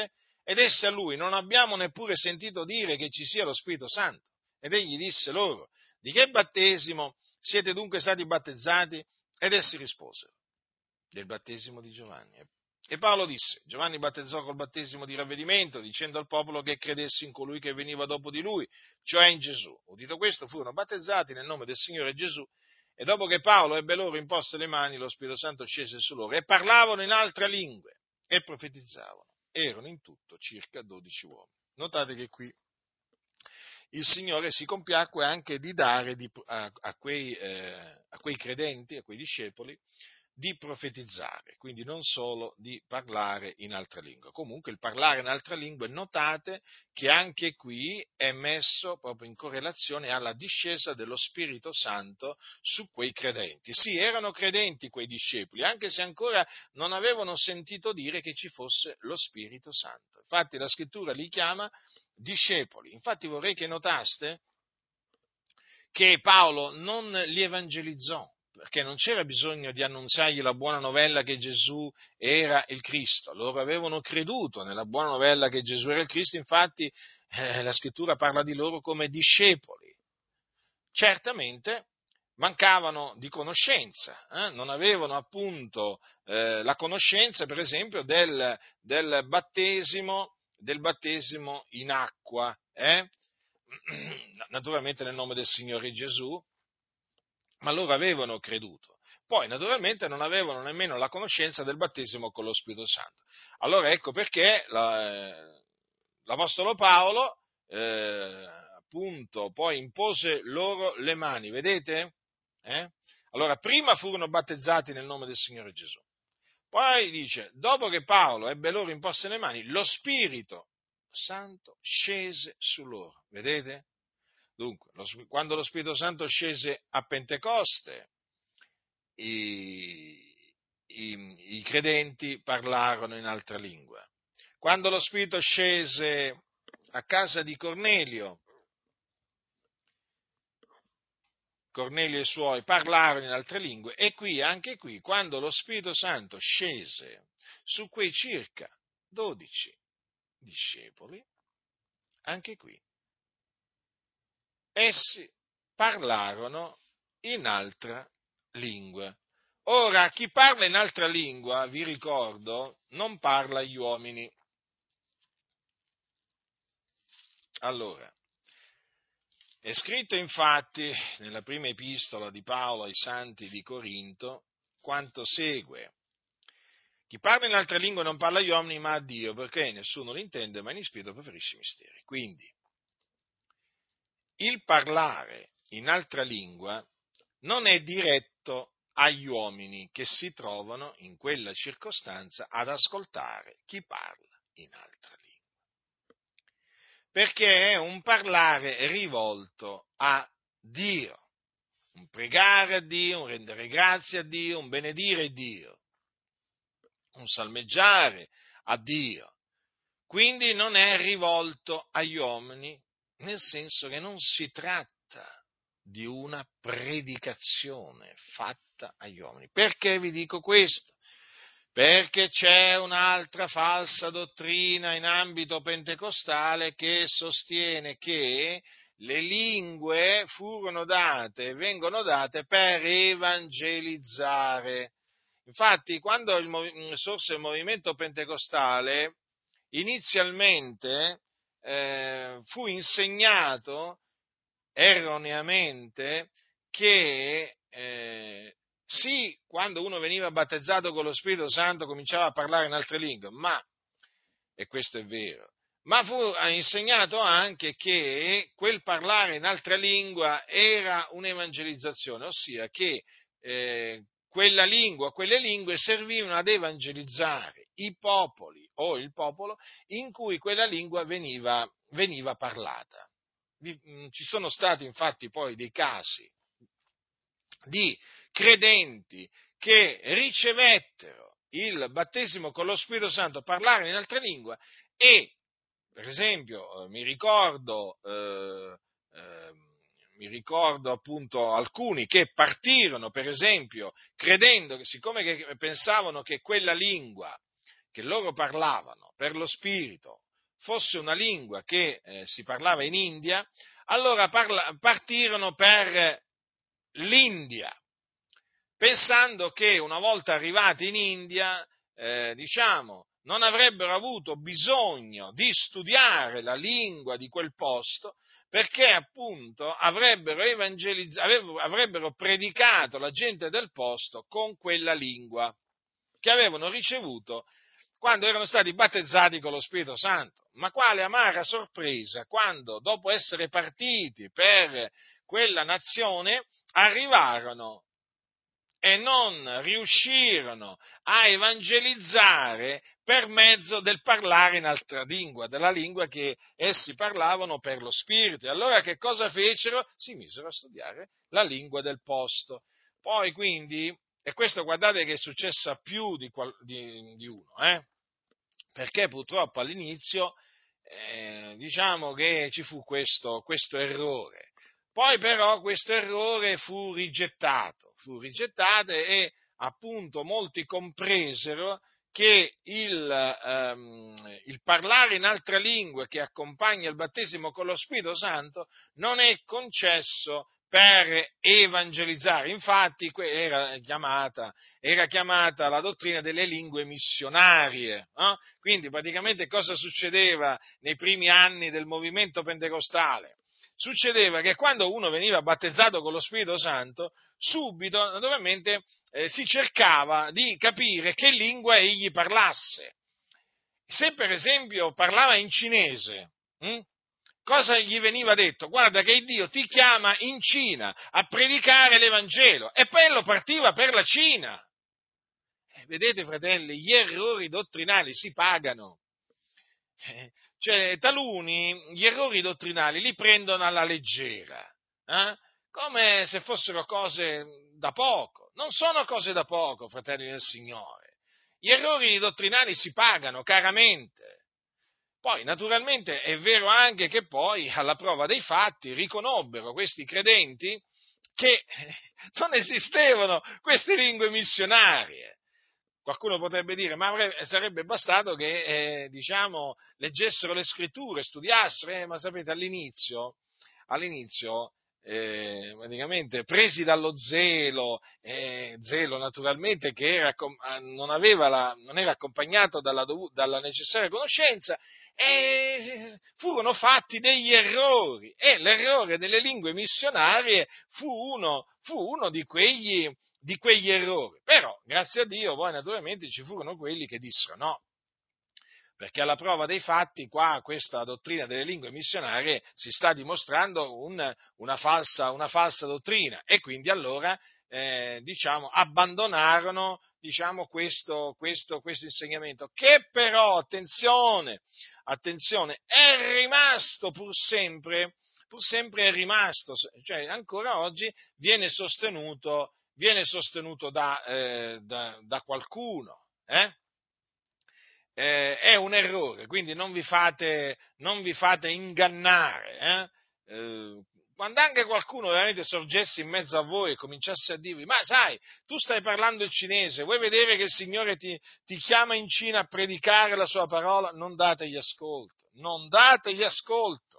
Ed essi a lui: non abbiamo neppure sentito dire che ci sia lo Spirito Santo. Ed egli disse loro: di che battesimo siete dunque stati battezzati? Ed essi risposero: del battesimo di Giovanni. E Paolo disse: Giovanni battezzò col battesimo di ravvedimento, dicendo al popolo che credesse in colui che veniva dopo di lui, cioè in Gesù. Udito questo, furono battezzati nel nome del Signore Gesù. E dopo che Paolo ebbe loro imposte le mani, lo Spirito Santo scese su loro e parlavano in altre lingue e profetizzavano. Erano in tutto circa dodici uomini. Notate che qui il Signore si compiacque anche di dare di, a, a, quei, eh, a quei credenti, a quei discepoli, di profetizzare, quindi non solo di parlare in altra lingua. Comunque il parlare in altra lingua, notate che anche qui è messo proprio in correlazione alla discesa dello Spirito Santo su quei credenti. Sì, erano credenti quei discepoli, anche se ancora non avevano sentito dire che ci fosse lo Spirito Santo. Infatti la Scrittura li chiama discepoli. Infatti vorrei che notaste che Paolo non li evangelizzò, perché non c'era bisogno di annunziargli la buona novella che Gesù era il Cristo. Loro avevano creduto nella buona novella che Gesù era il Cristo, infatti eh, la Scrittura parla di loro come discepoli. Certamente mancavano di conoscenza, eh? non avevano appunto eh, la conoscenza, per esempio, del, del battesimo, del battesimo in acqua, eh? naturalmente nel nome del Signore Gesù, ma loro avevano creduto. Poi, naturalmente, non avevano nemmeno la conoscenza del battesimo con lo Spirito Santo. Allora, ecco perché la, eh, l'Apostolo Paolo, eh, appunto, poi impose loro le mani, vedete? Eh? Allora, prima furono battezzati nel nome del Signore Gesù. Poi dice, dopo che Paolo ebbe loro imposte le mani, lo Spirito Santo scese su loro, vedete? Dunque, lo, quando lo Spirito Santo scese a Pentecoste, i, i, i credenti parlarono in altra lingua. Quando lo Spirito scese a casa di Cornelio, Cornelio e i suoi parlarono in altre lingue, e qui, anche qui, quando lo Spirito Santo scese su quei circa dodici discepoli, anche qui, essi parlarono in altra lingua. Ora, chi parla in altra lingua, vi ricordo, non parla agli uomini. Allora, è scritto infatti nella prima epistola di Paolo ai Santi di Corinto quanto segue. Chi parla in altra lingua non parla agli uomini ma a Dio, perché nessuno lo intende, ma in spirito preferisce i misteri. Quindi, il parlare in altra lingua non è diretto agli uomini che si trovano in quella circostanza ad ascoltare chi parla in altra lingua, perché è un parlare rivolto a Dio, un pregare a Dio, un rendere grazie a Dio, un benedire Dio, un salmeggiare a Dio. Quindi non è rivolto agli uomini, nel senso che non si tratta di una predicazione fatta agli uomini. Perché vi dico questo? Perché c'è un'altra falsa dottrina in ambito pentecostale che sostiene che le lingue furono date e vengono date per evangelizzare. Infatti, quando il, sorse il movimento pentecostale, inizialmente eh, fu insegnato erroneamente che eh, sì, quando uno veniva battezzato con lo Spirito Santo cominciava a parlare in altre lingue, ma, e questo è vero, ma fu insegnato anche che quel parlare in altra lingua era un'evangelizzazione, ossia che eh, quella lingua, quelle lingue servivano ad evangelizzare i popoli o il popolo in cui quella lingua veniva, veniva parlata. Ci sono stati infatti poi dei casi di credenti che ricevettero il battesimo con lo Spirito Santo, parlare in altra lingua e, per esempio, mi ricordo, eh, eh, mi ricordo appunto alcuni che partirono, per esempio, credendo che siccome che pensavano che quella lingua che loro parlavano per lo Spirito fosse una lingua che eh, si parlava in India, allora parla, partirono per l'India, pensando che una volta arrivati in India, eh, diciamo, non avrebbero avuto bisogno di studiare la lingua di quel posto, perché appunto avrebbero evangelizzato, avrebbero predicato la gente del posto con quella lingua che avevano ricevuto quando erano stati battezzati con lo Spirito Santo. Ma quale amara sorpresa quando, dopo essere partiti per quella nazione, arrivarono e non riuscirono a evangelizzare per mezzo del parlare in altra lingua, della lingua che essi parlavano per lo Spirito. E allora che cosa fecero? Si misero a studiare la lingua del posto. Poi quindi, e questo guardate che è successo a più di, qual, di, di uno, eh? Perché purtroppo all'inizio eh, diciamo che ci fu questo, questo errore. Poi però questo errore fu rigettato, fu rigettato e appunto molti compresero che il, ehm, il parlare in altra lingua che accompagna il battesimo con lo Spirito Santo non è concesso per evangelizzare. Infatti era chiamata, era chiamata la dottrina delle lingue missionarie. No? Quindi praticamente cosa succedeva nei primi anni del movimento pentecostale? Succedeva che quando uno veniva battezzato con lo Spirito Santo, subito, naturalmente, eh, si cercava di capire che lingua egli parlasse. Se per esempio parlava in cinese, hm? Cosa gli veniva detto? Guarda che Dio ti chiama in Cina a predicare l'Evangelo, e poi lo partiva per la Cina. Eh, vedete, fratelli, gli errori dottrinali si pagano. Eh, cioè, taluni gli errori dottrinali li prendono alla leggera, eh? Come se fossero cose da poco. Non sono cose da poco, fratelli del Signore. Gli errori dottrinali si pagano caramente. Poi, naturalmente, è vero anche che poi, alla prova dei fatti, riconobbero questi credenti che non esistevano queste lingue missionarie. Qualcuno potrebbe dire, ma avrebbe, sarebbe bastato che, eh, diciamo, leggessero le scritture, studiassero, eh, ma sapete, all'inizio, all'inizio eh, praticamente presi dallo zelo, eh, zelo naturalmente che era, non, aveva la, non era accompagnato dalla, dalla necessaria conoscenza, e furono fatti degli errori, e l'errore delle lingue missionarie fu uno, fu uno di quegli di quegli errori. Però, grazie a Dio, poi naturalmente ci furono quelli che dissero no, perché alla prova dei fatti qua questa dottrina delle lingue missionarie si sta dimostrando un, una, falsa, una falsa dottrina, e quindi allora eh, diciamo, abbandonarono diciamo, questo, questo, questo insegnamento, che però, attenzione, attenzione, è rimasto pur sempre, pur sempre è rimasto, cioè ancora oggi viene sostenuto viene sostenuto da, eh, da, da qualcuno, eh? Eh, è un errore, quindi non vi fate, non vi fate ingannare. Eh? Eh, quando anche qualcuno veramente sorgesse in mezzo a voi e cominciasse a dirvi, ma sai, tu stai parlando il cinese, vuoi vedere che il Signore ti, ti chiama in Cina a predicare la sua parola? Non dategli ascolto, non dategli ascolto.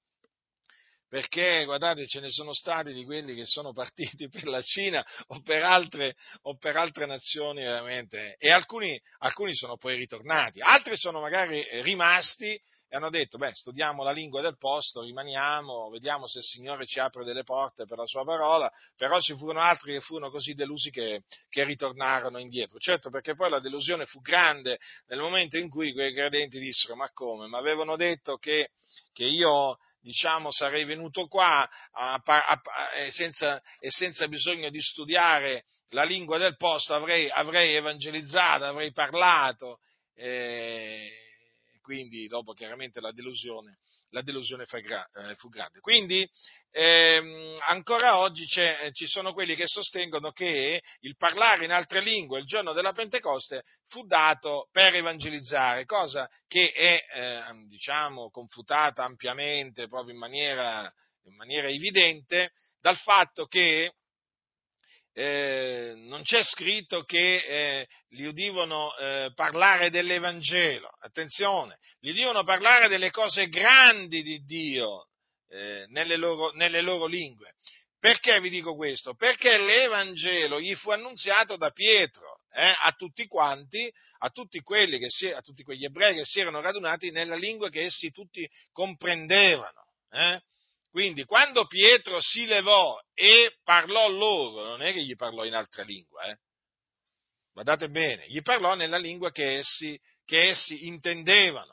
Perché, guardate, ce ne sono stati di quelli che sono partiti per la Cina o per altre, o per altre nazioni veramente, e alcuni, alcuni sono poi ritornati, altri sono magari rimasti e hanno detto, beh, studiamo la lingua del posto, rimaniamo, vediamo se il Signore ci apre delle porte per la sua parola, però ci furono altri che furono così delusi che, che ritornarono indietro. Certo, perché poi la delusione fu grande nel momento in cui quei credenti dissero, ma come? Ma avevano detto che, che io... diciamo, sarei venuto qua a, a, a, e, senza, e senza bisogno di studiare la lingua del posto, avrei, avrei evangelizzato, avrei parlato, eh, quindi dopo chiaramente la delusione, la delusione fu, eh, fu grande. Quindi ehm, ancora oggi c'è, ci sono quelli che sostengono che il parlare in altre lingue il giorno della Pentecoste fu dato per evangelizzare, cosa che è, eh, diciamo, confutata ampiamente, proprio in maniera, in maniera evidente, dal fatto che eh, non c'è scritto che eh, gli udivano eh, parlare dell'Evangelo, attenzione, gli udivano parlare delle cose grandi di Dio eh, nelle loro, nelle loro lingue. Perché vi dico questo? Perché l'Evangelo gli fu annunziato da Pietro eh, a tutti quanti, a tutti quelli che si, a tutti quegli ebrei che si erano radunati nella lingua che essi tutti comprendevano. Eh? Quindi quando Pietro si levò e parlò loro, non è che gli parlò in altra lingua, eh? Guardate bene, gli parlò nella lingua che essi, che essi intendevano.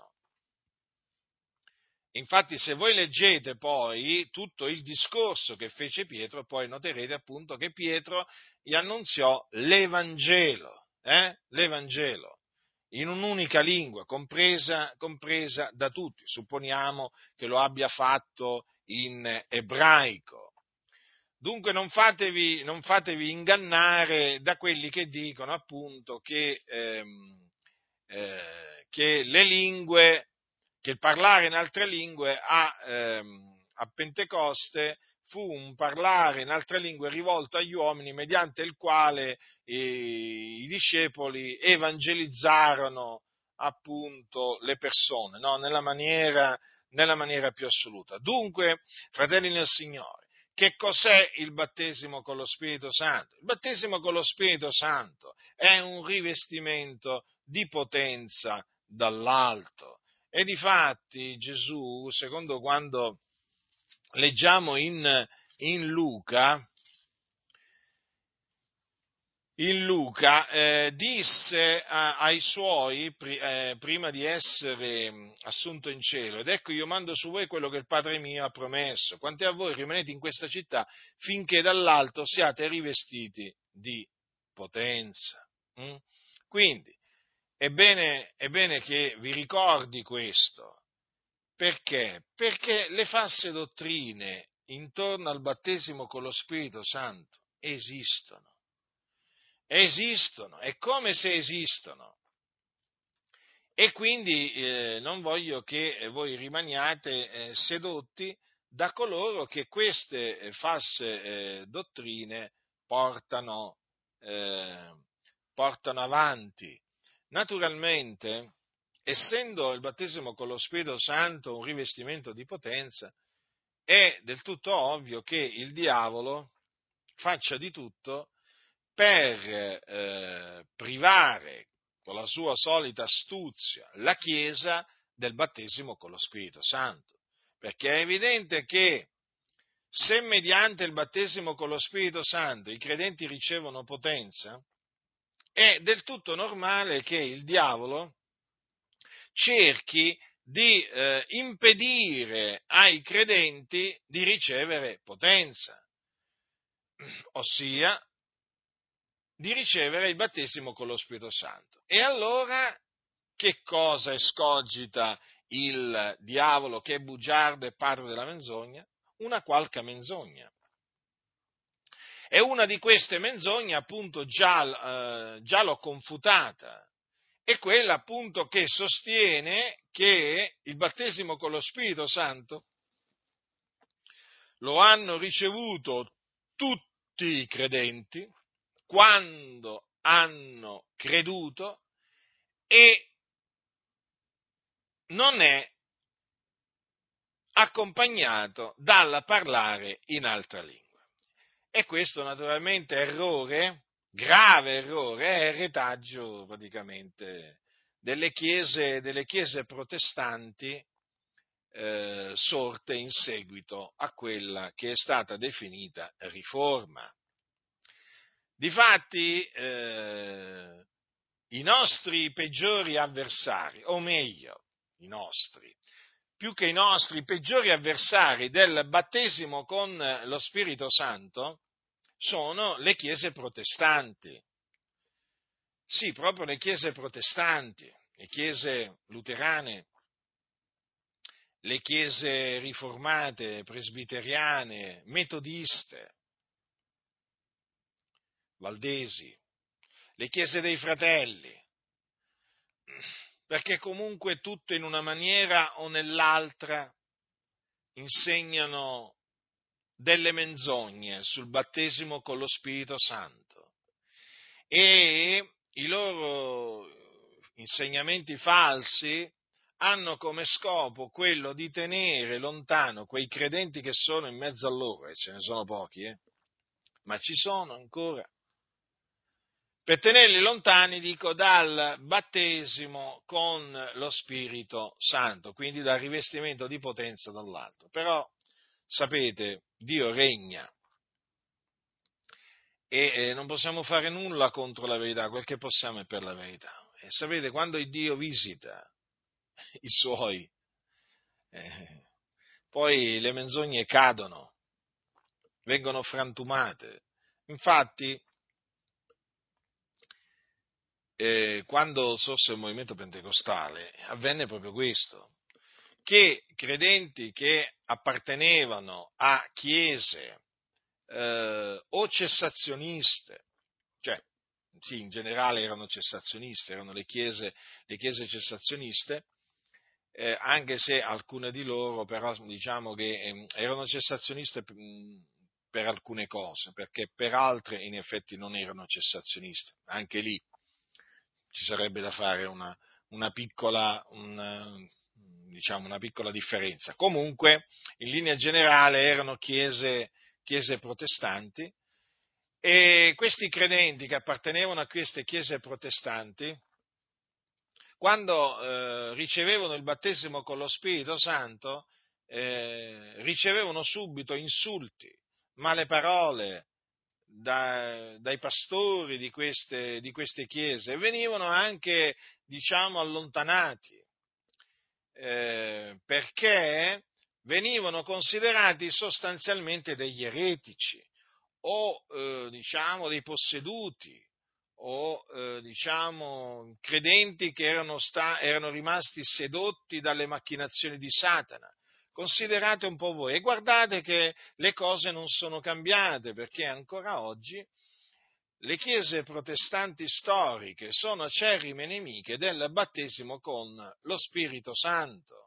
Infatti, se voi leggete poi tutto il discorso che fece Pietro, poi noterete appunto che Pietro gli annunziò l'Evangelo, eh? L'Evangelo, in un'unica lingua, compresa, compresa da tutti. Supponiamo che lo abbia fatto in ebraico. Dunque non fatevi, non fatevi ingannare da quelli che dicono appunto che, ehm, eh, che le lingue, che il parlare in altre lingue a, ehm, a Pentecoste fu un parlare in altre lingue rivolto agli uomini mediante il quale eh, i discepoli evangelizzarono appunto le persone, no? nella, maniera, nella maniera più assoluta. Dunque, fratelli nel Signore, che cos'è il battesimo con lo Spirito Santo? Il battesimo con lo Spirito Santo è un rivestimento di potenza dall'alto. E difatti Gesù, secondo quando leggiamo in, in Luca, in Luca eh, disse a, ai suoi, pri, eh, prima di essere mh, assunto in cielo, ed ecco io mando su voi quello che il Padre mio ha promesso, quanto a voi rimanete in questa città finché dall'alto siate rivestiti di potenza. Mm? Quindi è bene, è bene che vi ricordi questo. Perché? Perché le false dottrine intorno al battesimo con lo Spirito Santo esistono. Esistono, è come se esistono. E quindi eh, non voglio che voi rimaniate eh, sedotti da coloro che queste eh, false eh, dottrine portano, eh, portano avanti. Naturalmente, essendo il battesimo con lo Spirito Santo un rivestimento di potenza, è del tutto ovvio che il diavolo faccia di tutto per eh, privare con la sua solita astuzia la Chiesa del battesimo con lo Spirito Santo. Perché è evidente che se mediante il battesimo con lo Spirito Santo i credenti ricevono potenza, è del tutto normale che il diavolo cerchi di eh, impedire ai credenti di ricevere potenza, ossia di ricevere il battesimo con lo Spirito Santo. E allora che cosa escogita il diavolo che è bugiardo e padre della menzogna? Una qualche menzogna. E una di queste menzogne appunto già, eh, già l'ho confutata, è quella appunto che sostiene che il battesimo con lo Spirito Santo lo hanno ricevuto tutti i credenti quando hanno creduto e non è accompagnato dal parlare in altra lingua. E questo naturalmente è errore, grave errore, è retaggio praticamente delle chiese, delle chiese protestanti eh, sorte in seguito a quella che è stata definita riforma. Difatti, eh, i nostri peggiori avversari, o meglio, i nostri, più che i nostri, i peggiori avversari del battesimo con lo Spirito Santo sono le chiese protestanti. Sì, proprio le chiese protestanti, le chiese luterane, le chiese riformate, presbiteriane, metodiste, valdesi, le chiese dei fratelli, perché comunque tutte in una maniera o nell'altra insegnano delle menzogne sul battesimo con lo Spirito Santo e i loro insegnamenti falsi hanno come scopo quello di tenere lontano quei credenti che sono in mezzo a loro, e ce ne sono pochi, eh? Ma ci sono ancora, per tenerli lontani, dico, dal battesimo con lo Spirito Santo, quindi dal rivestimento di potenza dall'alto. Però, sapete, Dio regna e eh, non possiamo fare nulla contro la verità, quel che possiamo è per la verità. E sapete, quando il Dio visita i suoi, eh, poi le menzogne cadono, vengono frantumate. Infatti, eh, quando sorse il movimento pentecostale, avvenne proprio questo, che credenti che appartenevano a chiese eh, o cessazioniste, cioè sì, in generale erano cessazioniste, erano le chiese, le chiese cessazioniste, eh, anche se alcune di loro però diciamo che eh, erano cessazioniste mh, per alcune cose, perché per altre in effetti non erano cessazioniste, anche lì ci sarebbe da fare una, una piccola, una, diciamo, una piccola differenza. Comunque, in linea generale erano chiese, chiese protestanti e questi credenti che appartenevano a queste chiese protestanti, quando eh, ricevevano il battesimo con lo Spirito Santo, eh, ricevevano subito insulti, male parole, da, dai pastori di queste, di queste chiese e venivano anche, diciamo, allontanati, eh, perché venivano considerati sostanzialmente degli eretici o, eh, diciamo, dei posseduti o, eh, diciamo, credenti che erano, sta, erano rimasti sedotti dalle macchinazioni di Satana. Considerate un po' voi e guardate che le cose non sono cambiate, perché ancora oggi le chiese protestanti storiche sono acerrime nemiche del battesimo con lo Spirito Santo.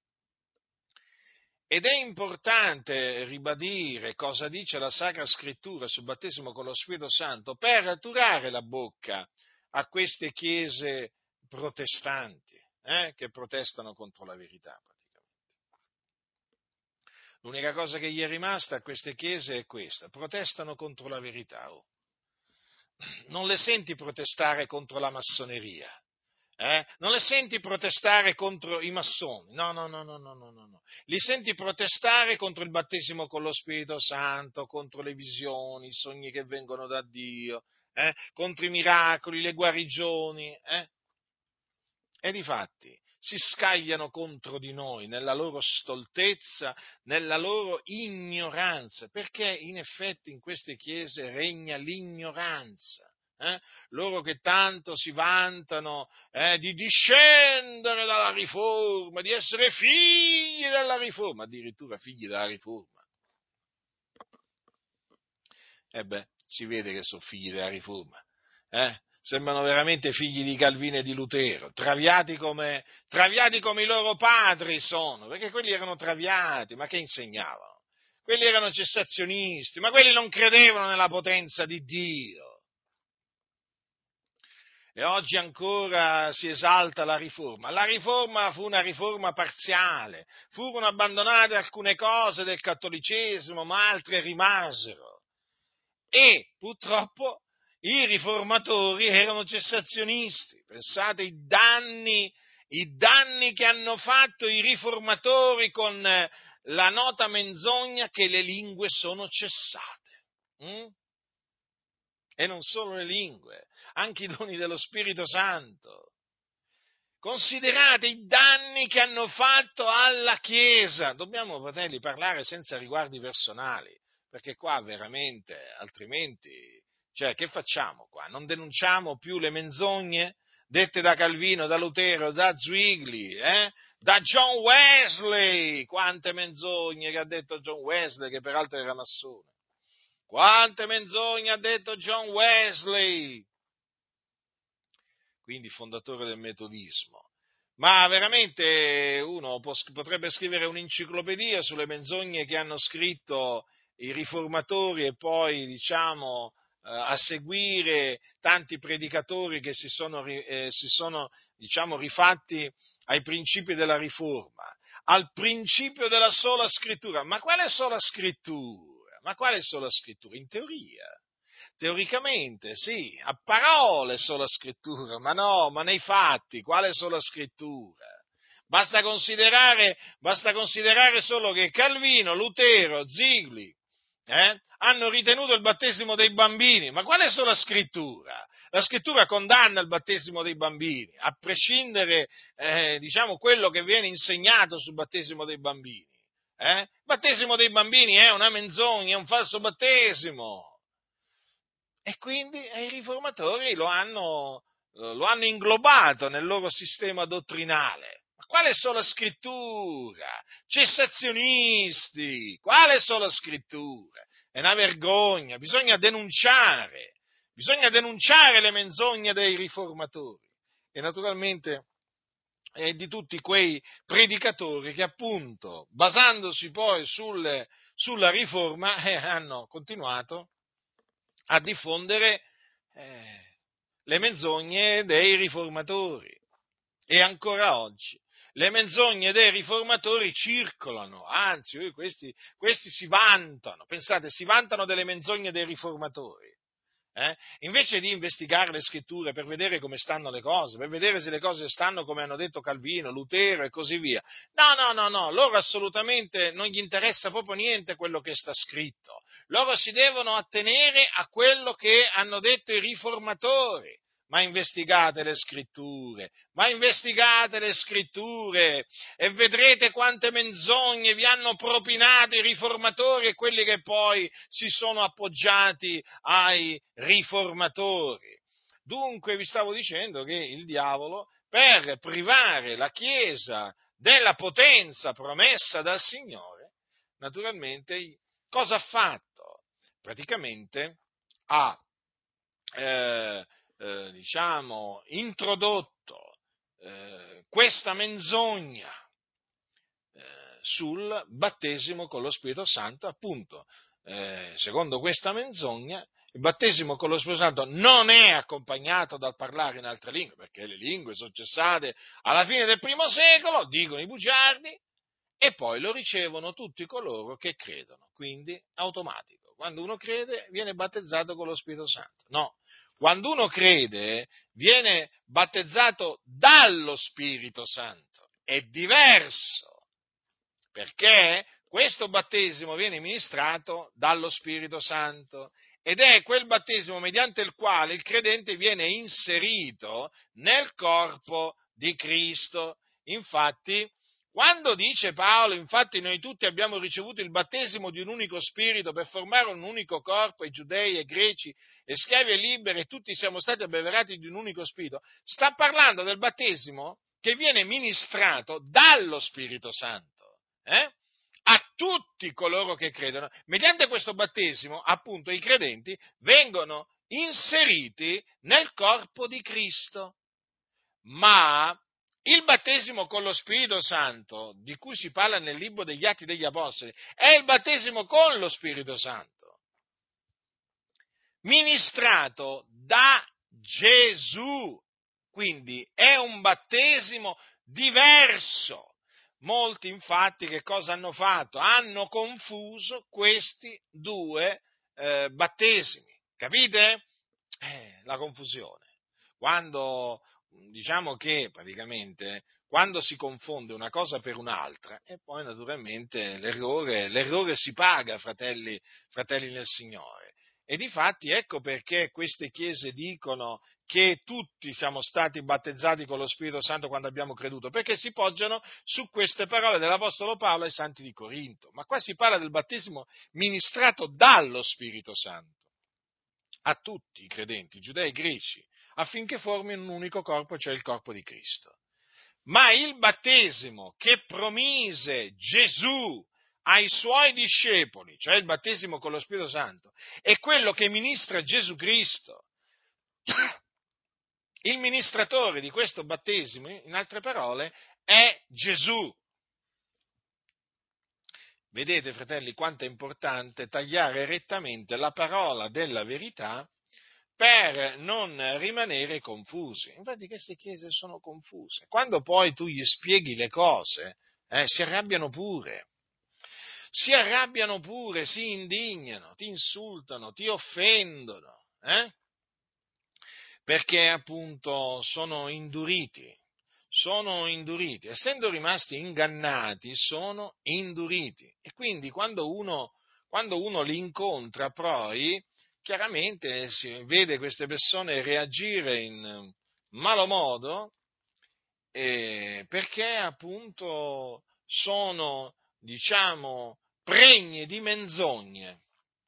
Ed è importante ribadire cosa dice la Sacra Scrittura sul battesimo con lo Spirito Santo per turare la bocca a queste chiese protestanti, eh, che protestano contro la verità. L'unica cosa che gli è rimasta a queste chiese è questa: protestano contro la verità. Oh. Non le senti protestare contro la massoneria, eh? Non le senti protestare contro i massoni, no, no, no, no, no, no, no. Li senti protestare contro il battesimo con lo Spirito Santo, contro le visioni, i sogni che vengono da Dio, eh? Contro i miracoli, le guarigioni, eh? E difatti si scagliano contro di noi nella loro stoltezza, nella loro ignoranza, perché in effetti in queste chiese regna l'ignoranza. Eh? Loro che tanto si vantano eh, di discendere dalla riforma, di essere figli della riforma, addirittura figli della riforma. E beh, si vede che sono figli della riforma. Eh? Sembrano veramente figli di Calvino e di Lutero, traviati come, traviati come i loro padri sono, perché quelli erano traviati, ma che insegnavano? Quelli erano cessazionisti, ma quelli non credevano nella potenza di Dio. E oggi ancora si esalta la riforma. La riforma fu una riforma parziale, furono abbandonate alcune cose del cattolicesimo, ma altre rimasero. E purtroppo i riformatori erano cessazionisti. Pensate ai danni, i danni che hanno fatto i riformatori con la nota menzogna che le lingue sono cessate. Mm? E non solo le lingue, anche i doni dello Spirito Santo. Considerate i danni che hanno fatto alla Chiesa. Dobbiamo poterli parlare senza riguardi personali, perché qua veramente, altrimenti, cioè, che facciamo qua? Non denunciamo più le menzogne dette da Calvino, da Lutero, da Zwingli, eh? Da John Wesley? Quante menzogne che ha detto John Wesley, che peraltro era massone. Quante menzogne ha detto John Wesley, quindi fondatore del metodismo. Ma veramente uno potrebbe scrivere un'enciclopedia sulle menzogne che hanno scritto i riformatori e poi, diciamo, eh, a seguire tanti predicatori che si sono, eh, si sono, diciamo, rifatti ai principi della riforma, al principio della sola scrittura. Ma quale sola scrittura? Ma quale sola scrittura? In teoria. Teoricamente, sì, a parole sola scrittura, ma no, ma nei fatti, quale sola scrittura? Basta considerare, basta considerare solo che Calvino, Lutero, Zwingli eh, hanno ritenuto il battesimo dei bambini, ma quale sola scrittura? La scrittura condanna il battesimo dei bambini, a prescindere, eh, diciamo, quello che viene insegnato sul battesimo dei bambini. Eh? Il battesimo dei bambini è una menzogna, è un falso battesimo. E quindi eh, i riformatori lo hanno, lo hanno inglobato nel loro sistema dottrinale. Ma quale sola scrittura? Cessazionisti! Quale sola scrittura? È una vergogna, bisogna denunciare, bisogna denunciare le menzogne dei riformatori e naturalmente eh, di tutti quei predicatori che appunto, basandosi poi sulle, sulla riforma, eh, hanno continuato a diffondere eh, le menzogne dei riformatori. E ancora oggi le menzogne dei riformatori circolano, anzi, questi, questi si vantano, pensate, si vantano delle menzogne dei riformatori. Eh? Invece di investigare le scritture per vedere come stanno le cose, per vedere se le cose stanno come hanno detto Calvino, Lutero e così via. No, no, no, no, loro assolutamente non gli interessa proprio niente quello che sta scritto. Loro si devono attenere a quello che hanno detto i riformatori. Ma investigate le scritture, ma investigate le scritture e vedrete quante menzogne vi hanno propinato i riformatori e quelli che poi si sono appoggiati ai riformatori. Dunque vi stavo dicendo che il diavolo, per privare la Chiesa della potenza promessa dal Signore, naturalmente cosa ha fatto? Praticamente ha eh, eh, diciamo, introdotto eh, questa menzogna eh, sul battesimo con lo Spirito Santo, appunto, eh, secondo questa menzogna, il battesimo con lo Spirito Santo non è accompagnato dal parlare in altre lingue, perché le lingue sono cessate alla fine del primo secolo, dicono i bugiardi, e poi lo ricevono tutti coloro che credono, quindi automatico. Quando uno crede viene battezzato con lo Spirito Santo. No, quando uno crede viene battezzato dallo Spirito Santo. È diverso, perché questo battesimo viene ministrato dallo Spirito Santo ed è quel battesimo mediante il quale il credente viene inserito nel corpo di Cristo. Infatti, quando dice Paolo, infatti noi tutti abbiamo ricevuto il battesimo di un unico spirito per formare un unico corpo, e giudei e greci, e schiavi e liberi, e tutti siamo stati abbeverati di un unico spirito, sta parlando del battesimo che viene ministrato dallo Spirito Santo, eh? a tutti coloro che credono. Mediante questo battesimo, appunto, i credenti vengono inseriti nel corpo di Cristo. Ma il battesimo con lo Spirito Santo, di cui si parla nel libro degli Atti degli Apostoli, è il battesimo con lo Spirito Santo, ministrato da Gesù. Quindi è un battesimo diverso. Molti infatti che cosa hanno fatto? Hanno confuso questi due eh, battesimi. Capite? Eh, la confusione. Quando diciamo che praticamente quando si confonde una cosa per un'altra, e poi naturalmente l'errore, l'errore si paga, fratelli, fratelli nel Signore. E difatti ecco perché queste chiese dicono che tutti siamo stati battezzati con lo Spirito Santo quando abbiamo creduto, perché si poggiano su queste parole dell'Apostolo Paolo ai Santi di Corinto. Ma qua si parla del battesimo ministrato dallo Spirito Santo a tutti i credenti, giudei e greci, affinché formino un unico corpo, cioè il corpo di Cristo. Ma il battesimo che promise Gesù ai suoi discepoli, cioè il battesimo con lo Spirito Santo, è quello che ministra Gesù Cristo. Il ministratore di questo battesimo, in altre parole, è Gesù. Vedete, fratelli, quanto è importante tagliare rettamente la parola della verità per non rimanere confusi. Infatti queste chiese sono confuse. Quando poi tu gli spieghi le cose, eh, si arrabbiano pure. Si arrabbiano pure, si indignano, ti insultano, ti offendono, eh? Perché appunto sono induriti, sono induriti, essendo rimasti ingannati, sono induriti. E quindi quando uno, quando uno li incontra poi, chiaramente si vede queste persone reagire in malo modo, eh, perché appunto sono, diciamo, pregni di menzogne.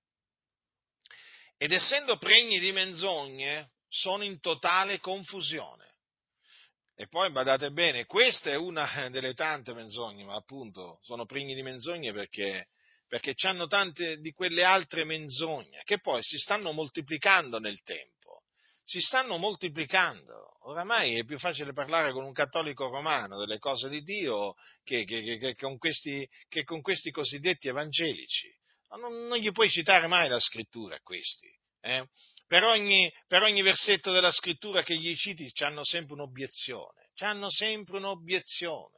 Ed essendo pregni di menzogne, sono in totale confusione. E poi badate bene, questa è una delle tante menzogne, ma appunto sono pregni di menzogne perché, perché hanno tante di quelle altre menzogne che poi si stanno moltiplicando nel tempo. Si stanno moltiplicando. Oramai è più facile parlare con un cattolico romano delle cose di Dio che, che, che, che con, questi, che con questi cosiddetti evangelici. Non, non gli puoi citare mai la scrittura a questi. Eh? Per ogni, per ogni versetto della scrittura che gli citi c'hanno sempre un'obiezione, c'hanno sempre un'obiezione.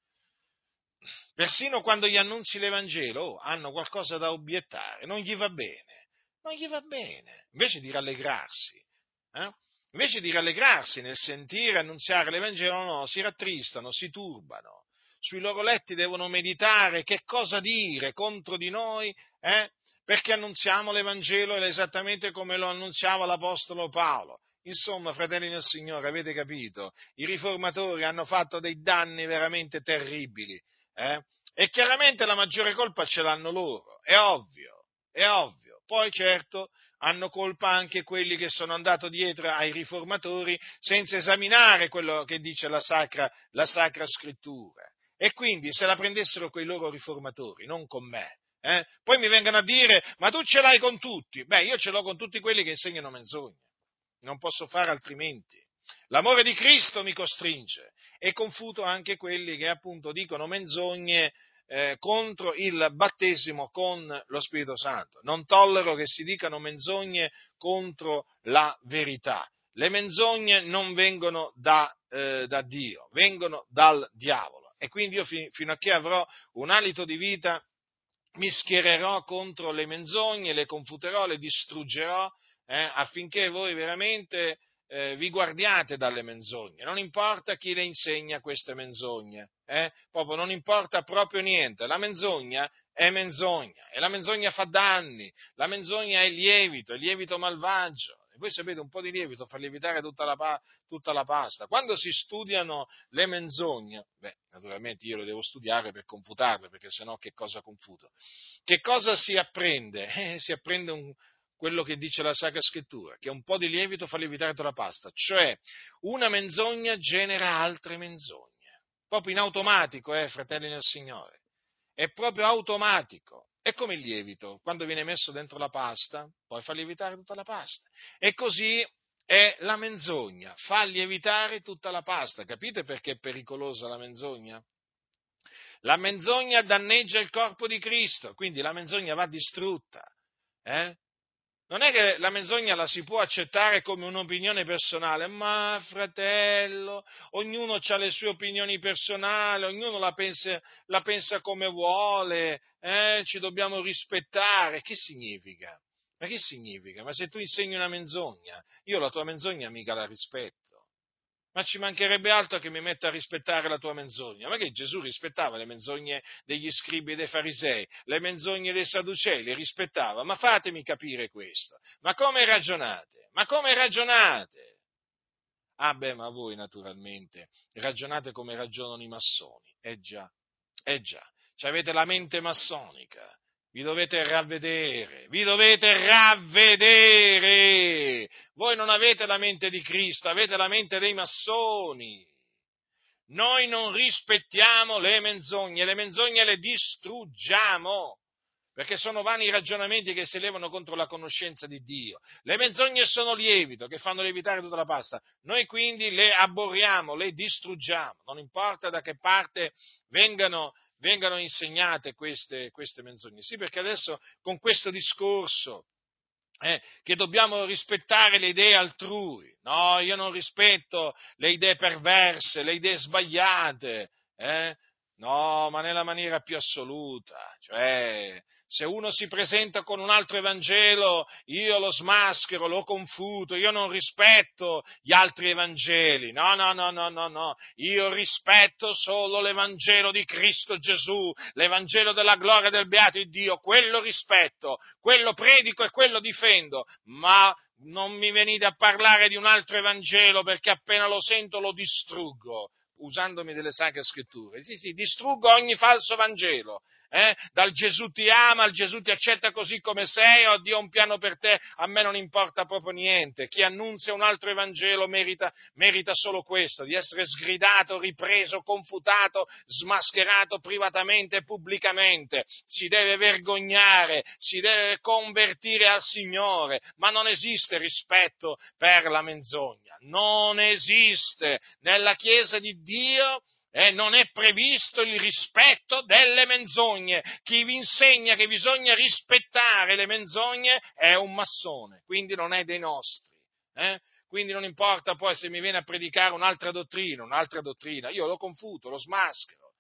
Persino quando gli annunzi l'Evangelo, oh, hanno qualcosa da obiettare, non gli va bene, non gli va bene, invece di rallegrarsi, eh? Invece di rallegrarsi nel sentire annunziare l'Evangelo, no, si rattristano, si turbano, sui loro letti devono meditare che cosa dire contro di noi, eh? Perché annunziamo l'Evangelo esattamente come lo annunziava l'Apostolo Paolo. Insomma, fratelli nel Signore, avete capito? I riformatori hanno fatto dei danni veramente terribili, eh? E chiaramente la maggiore colpa ce l'hanno loro, è ovvio, è ovvio. Poi certo hanno colpa anche quelli che sono andati dietro ai riformatori senza esaminare quello che dice la Sacra, la Sacra Scrittura. E quindi se la prendessero quei loro riformatori, non con me. Eh? Poi mi vengono a dire, ma tu ce l'hai con tutti? Beh, io ce l'ho con tutti quelli che insegnano menzogne. Non posso fare altrimenti. L'amore di Cristo mi costringe e confuto anche quelli che appunto dicono menzogne eh, contro il battesimo con lo Spirito Santo. Non tollero che si dicano menzogne contro la verità. Le menzogne non vengono da, eh, da Dio, vengono dal diavolo. E quindi io fi- fino a che avrò un alito di vita mi schiererò contro le menzogne, le confuterò, le distruggerò, eh, affinché voi veramente eh, vi guardiate dalle menzogne. Non importa chi le insegna queste menzogne, eh? Proprio non importa proprio niente. La menzogna è menzogna e la menzogna fa danni, la menzogna è lievito, è lievito malvagio. E voi sapete, un po' di lievito fa lievitare tutta la, pa- tutta la pasta. Quando si studiano le menzogne, beh, naturalmente io le devo studiare per confutarle, perché sennò che cosa confuto? Che cosa si apprende? Eh, si apprende un, quello che dice la Sacra Scrittura, che un po' di lievito fa lievitare tutta la pasta, cioè una menzogna genera altre menzogne, proprio in automatico, eh, fratelli nel Signore, è proprio automatico. È come il lievito, quando viene messo dentro la pasta, poi fa lievitare tutta la pasta. E così è la menzogna, fa lievitare tutta la pasta. Capite perché è pericolosa la menzogna? La menzogna danneggia il corpo di Cristo, quindi la menzogna va distrutta. Eh? Non è che la menzogna la si può accettare come un'opinione personale, ma fratello, ognuno ha le sue opinioni personali, ognuno la pensa, la pensa come vuole, eh? Ci dobbiamo rispettare. Che significa? Ma che significa? Ma se tu insegni una menzogna, io la tua menzogna mica la rispetto. Ma ci mancherebbe altro che mi metta a rispettare la tua menzogna. Ma che Gesù rispettava le menzogne degli scribi e dei farisei, le menzogne dei sadducei, le rispettava. Ma fatemi capire questo. Ma come ragionate? Ma come ragionate? Ah beh, ma voi naturalmente ragionate come ragionano i massoni. Eh già, eh già, cioè avete la mente massonica. Vi dovete ravvedere, vi dovete ravvedere. Voi non avete la mente di Cristo, avete la mente dei massoni. Noi non rispettiamo le menzogne, le menzogne le distruggiamo, perché sono vani i ragionamenti che si elevano contro la conoscenza di Dio. Le menzogne sono lievito, che fanno lievitare tutta la pasta. Noi quindi le abborriamo, le distruggiamo, non importa da che parte vengano, vengano insegnate queste, queste menzogne. Sì, perché adesso con questo discorso Eh, che dobbiamo rispettare le idee altrui. No, io non rispetto le idee perverse, le idee sbagliate, eh? No, ma nella maniera più assoluta. Cioè, se uno si presenta con un altro Evangelo, io lo smaschero, lo confuto, io non rispetto gli altri Evangeli. No, no, no, no, no, no. Io rispetto solo l'Evangelo di Cristo Gesù, l'Evangelo della gloria del beato Dio, quello rispetto, quello predico e quello difendo, ma non mi venite a parlare di un altro Evangelo perché appena lo sento lo distruggo, usandomi delle sacre scritture. Sì, sì, distruggo ogni falso Vangelo, eh? Dal Gesù ti ama, al Gesù ti accetta così come sei, oh Dio ha un piano per te, a me non importa proprio niente. Chi annunzia un altro Evangelo merita, merita solo questo, di essere sgridato, ripreso, confutato, smascherato privatamente e pubblicamente. Si deve vergognare, si deve convertire al Signore, ma non esiste rispetto per la menzogna, non esiste. Nella Chiesa di Dio eh, non è previsto il rispetto delle menzogne. Chi vi insegna che bisogna rispettare le menzogne è un massone, quindi non è dei nostri. Eh? Quindi non importa poi se mi viene a predicare un'altra dottrina, un'altra dottrina, io lo confuto, lo smaschero.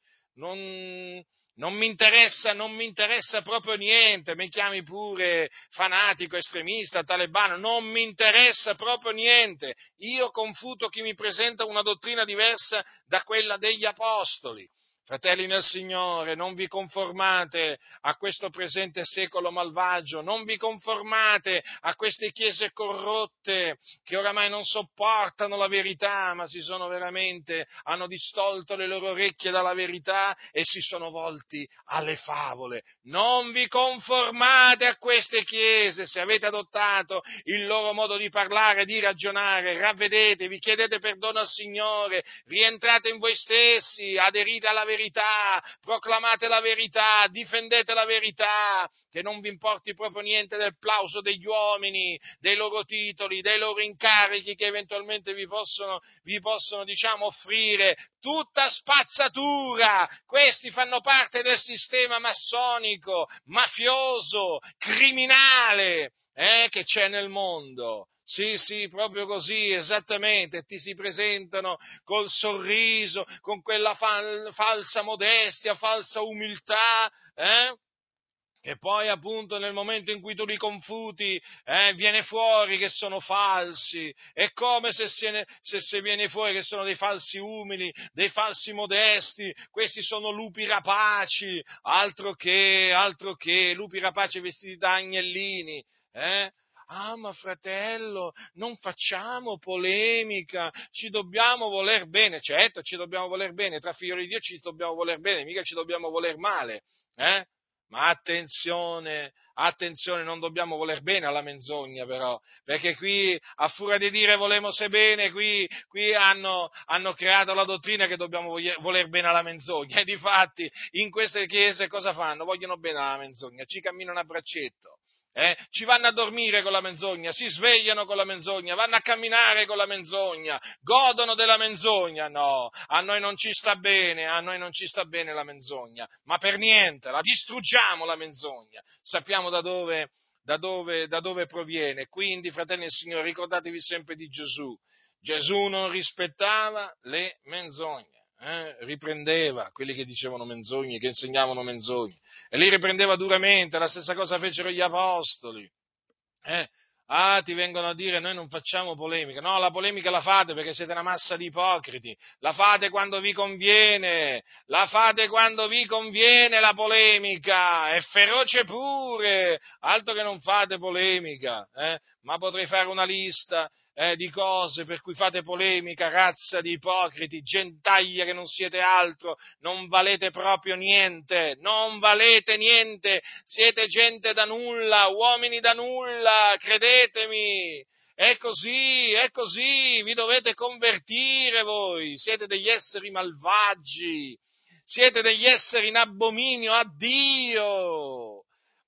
Non, non mi interessa, non mi interessa proprio niente, mi chiami pure fanatico, estremista, talebano, non mi interessa proprio niente. Io confuto chi mi presenta una dottrina diversa da quella degli apostoli. Fratelli nel Signore, non vi conformate a questo presente secolo malvagio, non vi conformate a queste chiese corrotte che oramai non sopportano la verità, ma si sono veramente, hanno distolto le loro orecchie dalla verità e si sono volti alle favole. Non vi conformate a queste chiese, se avete adottato il loro modo di parlare, di ragionare, ravvedetevi, chiedete perdono al Signore, rientrate in voi stessi, aderite alla verità, proclamate la verità, difendete la verità, che non vi importi proprio niente del plauso degli uomini, dei loro titoli, dei loro incarichi che eventualmente vi possono, vi possono diciamo, offrire, tutta spazzatura. Questi fanno parte del sistema massonico, mafioso, criminale, eh, che c'è nel mondo. Sì, sì, proprio così, esattamente, ti si presentano col sorriso, con quella fal- falsa modestia, falsa umiltà, eh? Che poi appunto nel momento in cui tu li confuti eh, viene fuori che sono falsi, è come se, se, se, se viene fuori che sono dei falsi umili, dei falsi modesti, questi sono lupi rapaci, altro che, altro che, lupi rapaci vestiti da agnellini, eh? Ah, ma fratello, non facciamo polemica, ci dobbiamo voler bene, certo ci dobbiamo voler bene, tra figlioli di Dio ci dobbiamo voler bene, mica ci dobbiamo voler male, eh? Ma attenzione, attenzione, non dobbiamo voler bene alla menzogna però, perché qui a furia di dire volemo se bene, qui, qui hanno, hanno creato la dottrina che dobbiamo voler bene alla menzogna, e difatti in queste chiese cosa fanno? Vogliono bene alla menzogna, ci camminano a braccetto. Eh? Ci vanno a dormire con la menzogna, si svegliano con la menzogna, vanno a camminare con la menzogna, godono della menzogna. No, a noi non ci sta bene, a noi non ci sta bene la menzogna, ma per niente, la distruggiamo la menzogna. Sappiamo da dove, da dove, da dove proviene. Quindi, fratelli e signori, ricordatevi sempre di Gesù. Gesù non rispettava le menzogne. Eh, riprendeva quelli che dicevano menzogne, che insegnavano menzogne, e li riprendeva duramente. La stessa cosa fecero gli apostoli. Eh? Ah, ti vengono a dire noi non facciamo polemica. No, la polemica la fate perché siete una massa di ipocriti. La fate quando vi conviene. La fate quando vi conviene la polemica. È feroce pure. Altro che non fate polemica. Eh? Ma potrei fare una lista eh, di cose per cui fate polemica, razza di ipocriti, gentaglia che non siete altro, non valete proprio niente, non valete niente, siete gente da nulla, uomini da nulla, credetemi. È così, è così, vi dovete convertire voi, siete degli esseri malvagi, siete degli esseri in abominio a Dio.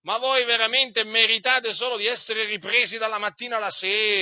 Ma voi veramente meritate solo di essere ripresi dalla mattina alla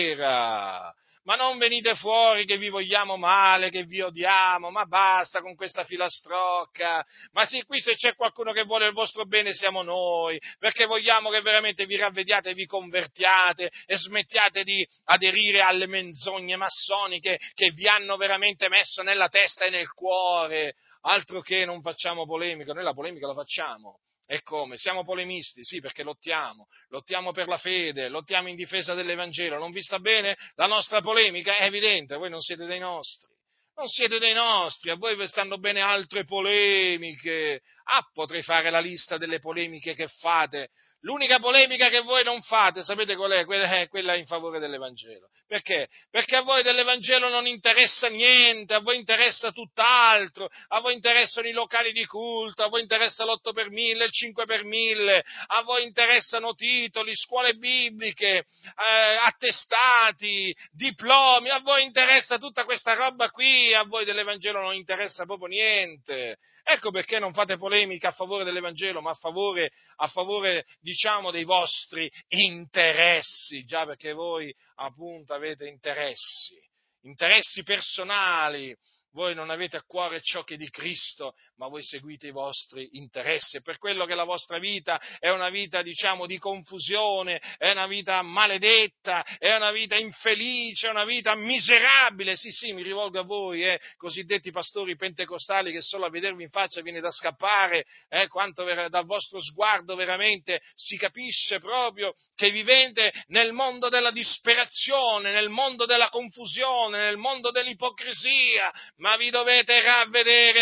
sera. Ma non venite fuori che vi vogliamo male, che vi odiamo, ma basta con questa filastrocca. Ma sì, qui se c'è qualcuno che vuole il vostro bene siamo noi, perché vogliamo che veramente vi ravvediate, vi convertiate e smettiate di aderire alle menzogne massoniche che vi hanno veramente messo nella testa e nel cuore. Altro che non facciamo polemica, noi la polemica la facciamo. E come? Siamo polemisti, sì, perché lottiamo, lottiamo per la fede, lottiamo in difesa dell'Evangelo. Non vi sta bene la nostra polemica? È evidente, voi non siete dei nostri. Non siete dei nostri, a voi vi stanno bene altre polemiche. Ah, potrei fare la lista delle polemiche che fate. L'unica polemica che voi non fate, sapete qual è? Quella è quella in favore dell'Evangelo. Perché? Perché a voi dell'Evangelo non interessa niente, a voi interessa tutt'altro, a voi interessano i locali di culto, a voi interessa l'otto per mille, il cinque per mille, a voi interessano titoli, scuole bibliche, eh, attestati, diplomi, a voi interessa tutta questa roba qui, a voi dell'Evangelo non interessa proprio niente. Ecco perché non fate polemica a favore dell'Evangelo, ma a favore, a favore, diciamo, dei vostri interessi, già perché voi appunto avete interessi, interessi personali. Voi non avete a cuore ciò che è di Cristo, ma voi seguite i vostri interessi. È per quello che la vostra vita è una vita, diciamo, di confusione, è una vita maledetta, è una vita infelice, è una vita miserabile. Sì, sì, mi rivolgo a voi, eh, cosiddetti pastori pentecostali, che solo a vedervi in faccia viene da scappare, eh, quanto ver- dal vostro sguardo veramente si capisce proprio che vivete nel mondo della disperazione, nel mondo della confusione, nel mondo dell'ipocrisia. Ma vi dovete ravvedere e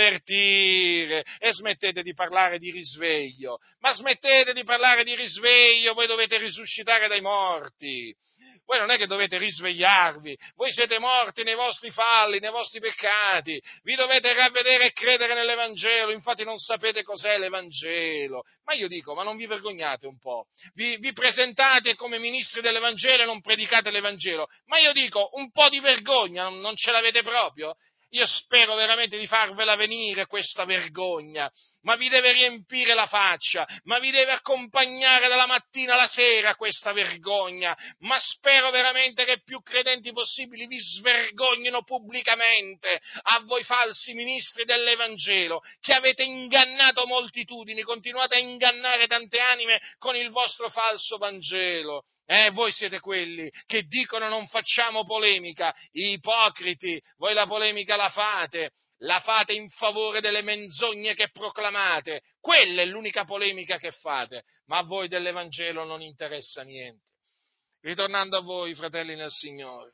convertire e smettete di parlare di risveglio, ma smettete di parlare di risveglio, voi dovete risuscitare dai morti. Voi non è che dovete risvegliarvi, voi siete morti nei vostri falli, nei vostri peccati, vi dovete ravvedere e credere nell'Evangelo, infatti non sapete cos'è l'Evangelo. Ma io dico, ma non vi vergognate un po'? Vi, vi presentate come ministri dell'Evangelo e non predicate l'Evangelo, ma io dico, un po' di vergogna non, non ce l'avete proprio? Io spero veramente di farvela venire questa vergogna, ma vi deve riempire la faccia, ma vi deve accompagnare dalla mattina alla sera questa vergogna, ma spero veramente che più credenti possibili vi svergognino pubblicamente a voi falsi ministri dell'Evangelo, che avete ingannato moltitudini, continuate a ingannare tante anime con il vostro falso Vangelo. Eh, voi siete quelli che dicono non facciamo polemica, ipocriti, voi la polemica la fate, la fate in favore delle menzogne che proclamate, quella è l'unica polemica che fate, ma a voi dell'Evangelo non interessa niente. Ritornando a voi, fratelli nel Signore.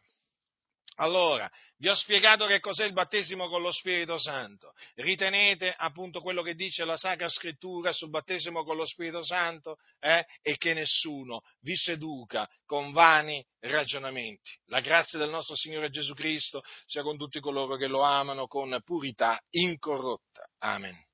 Allora, vi ho spiegato che cos'è il battesimo con lo Spirito Santo. Ritenete appunto quello che dice la Sacra Scrittura sul battesimo con lo Spirito Santo eh? E che nessuno vi seduca con vani ragionamenti. La grazia del nostro Signore Gesù Cristo sia con tutti coloro che lo amano con purità incorrotta. Amen.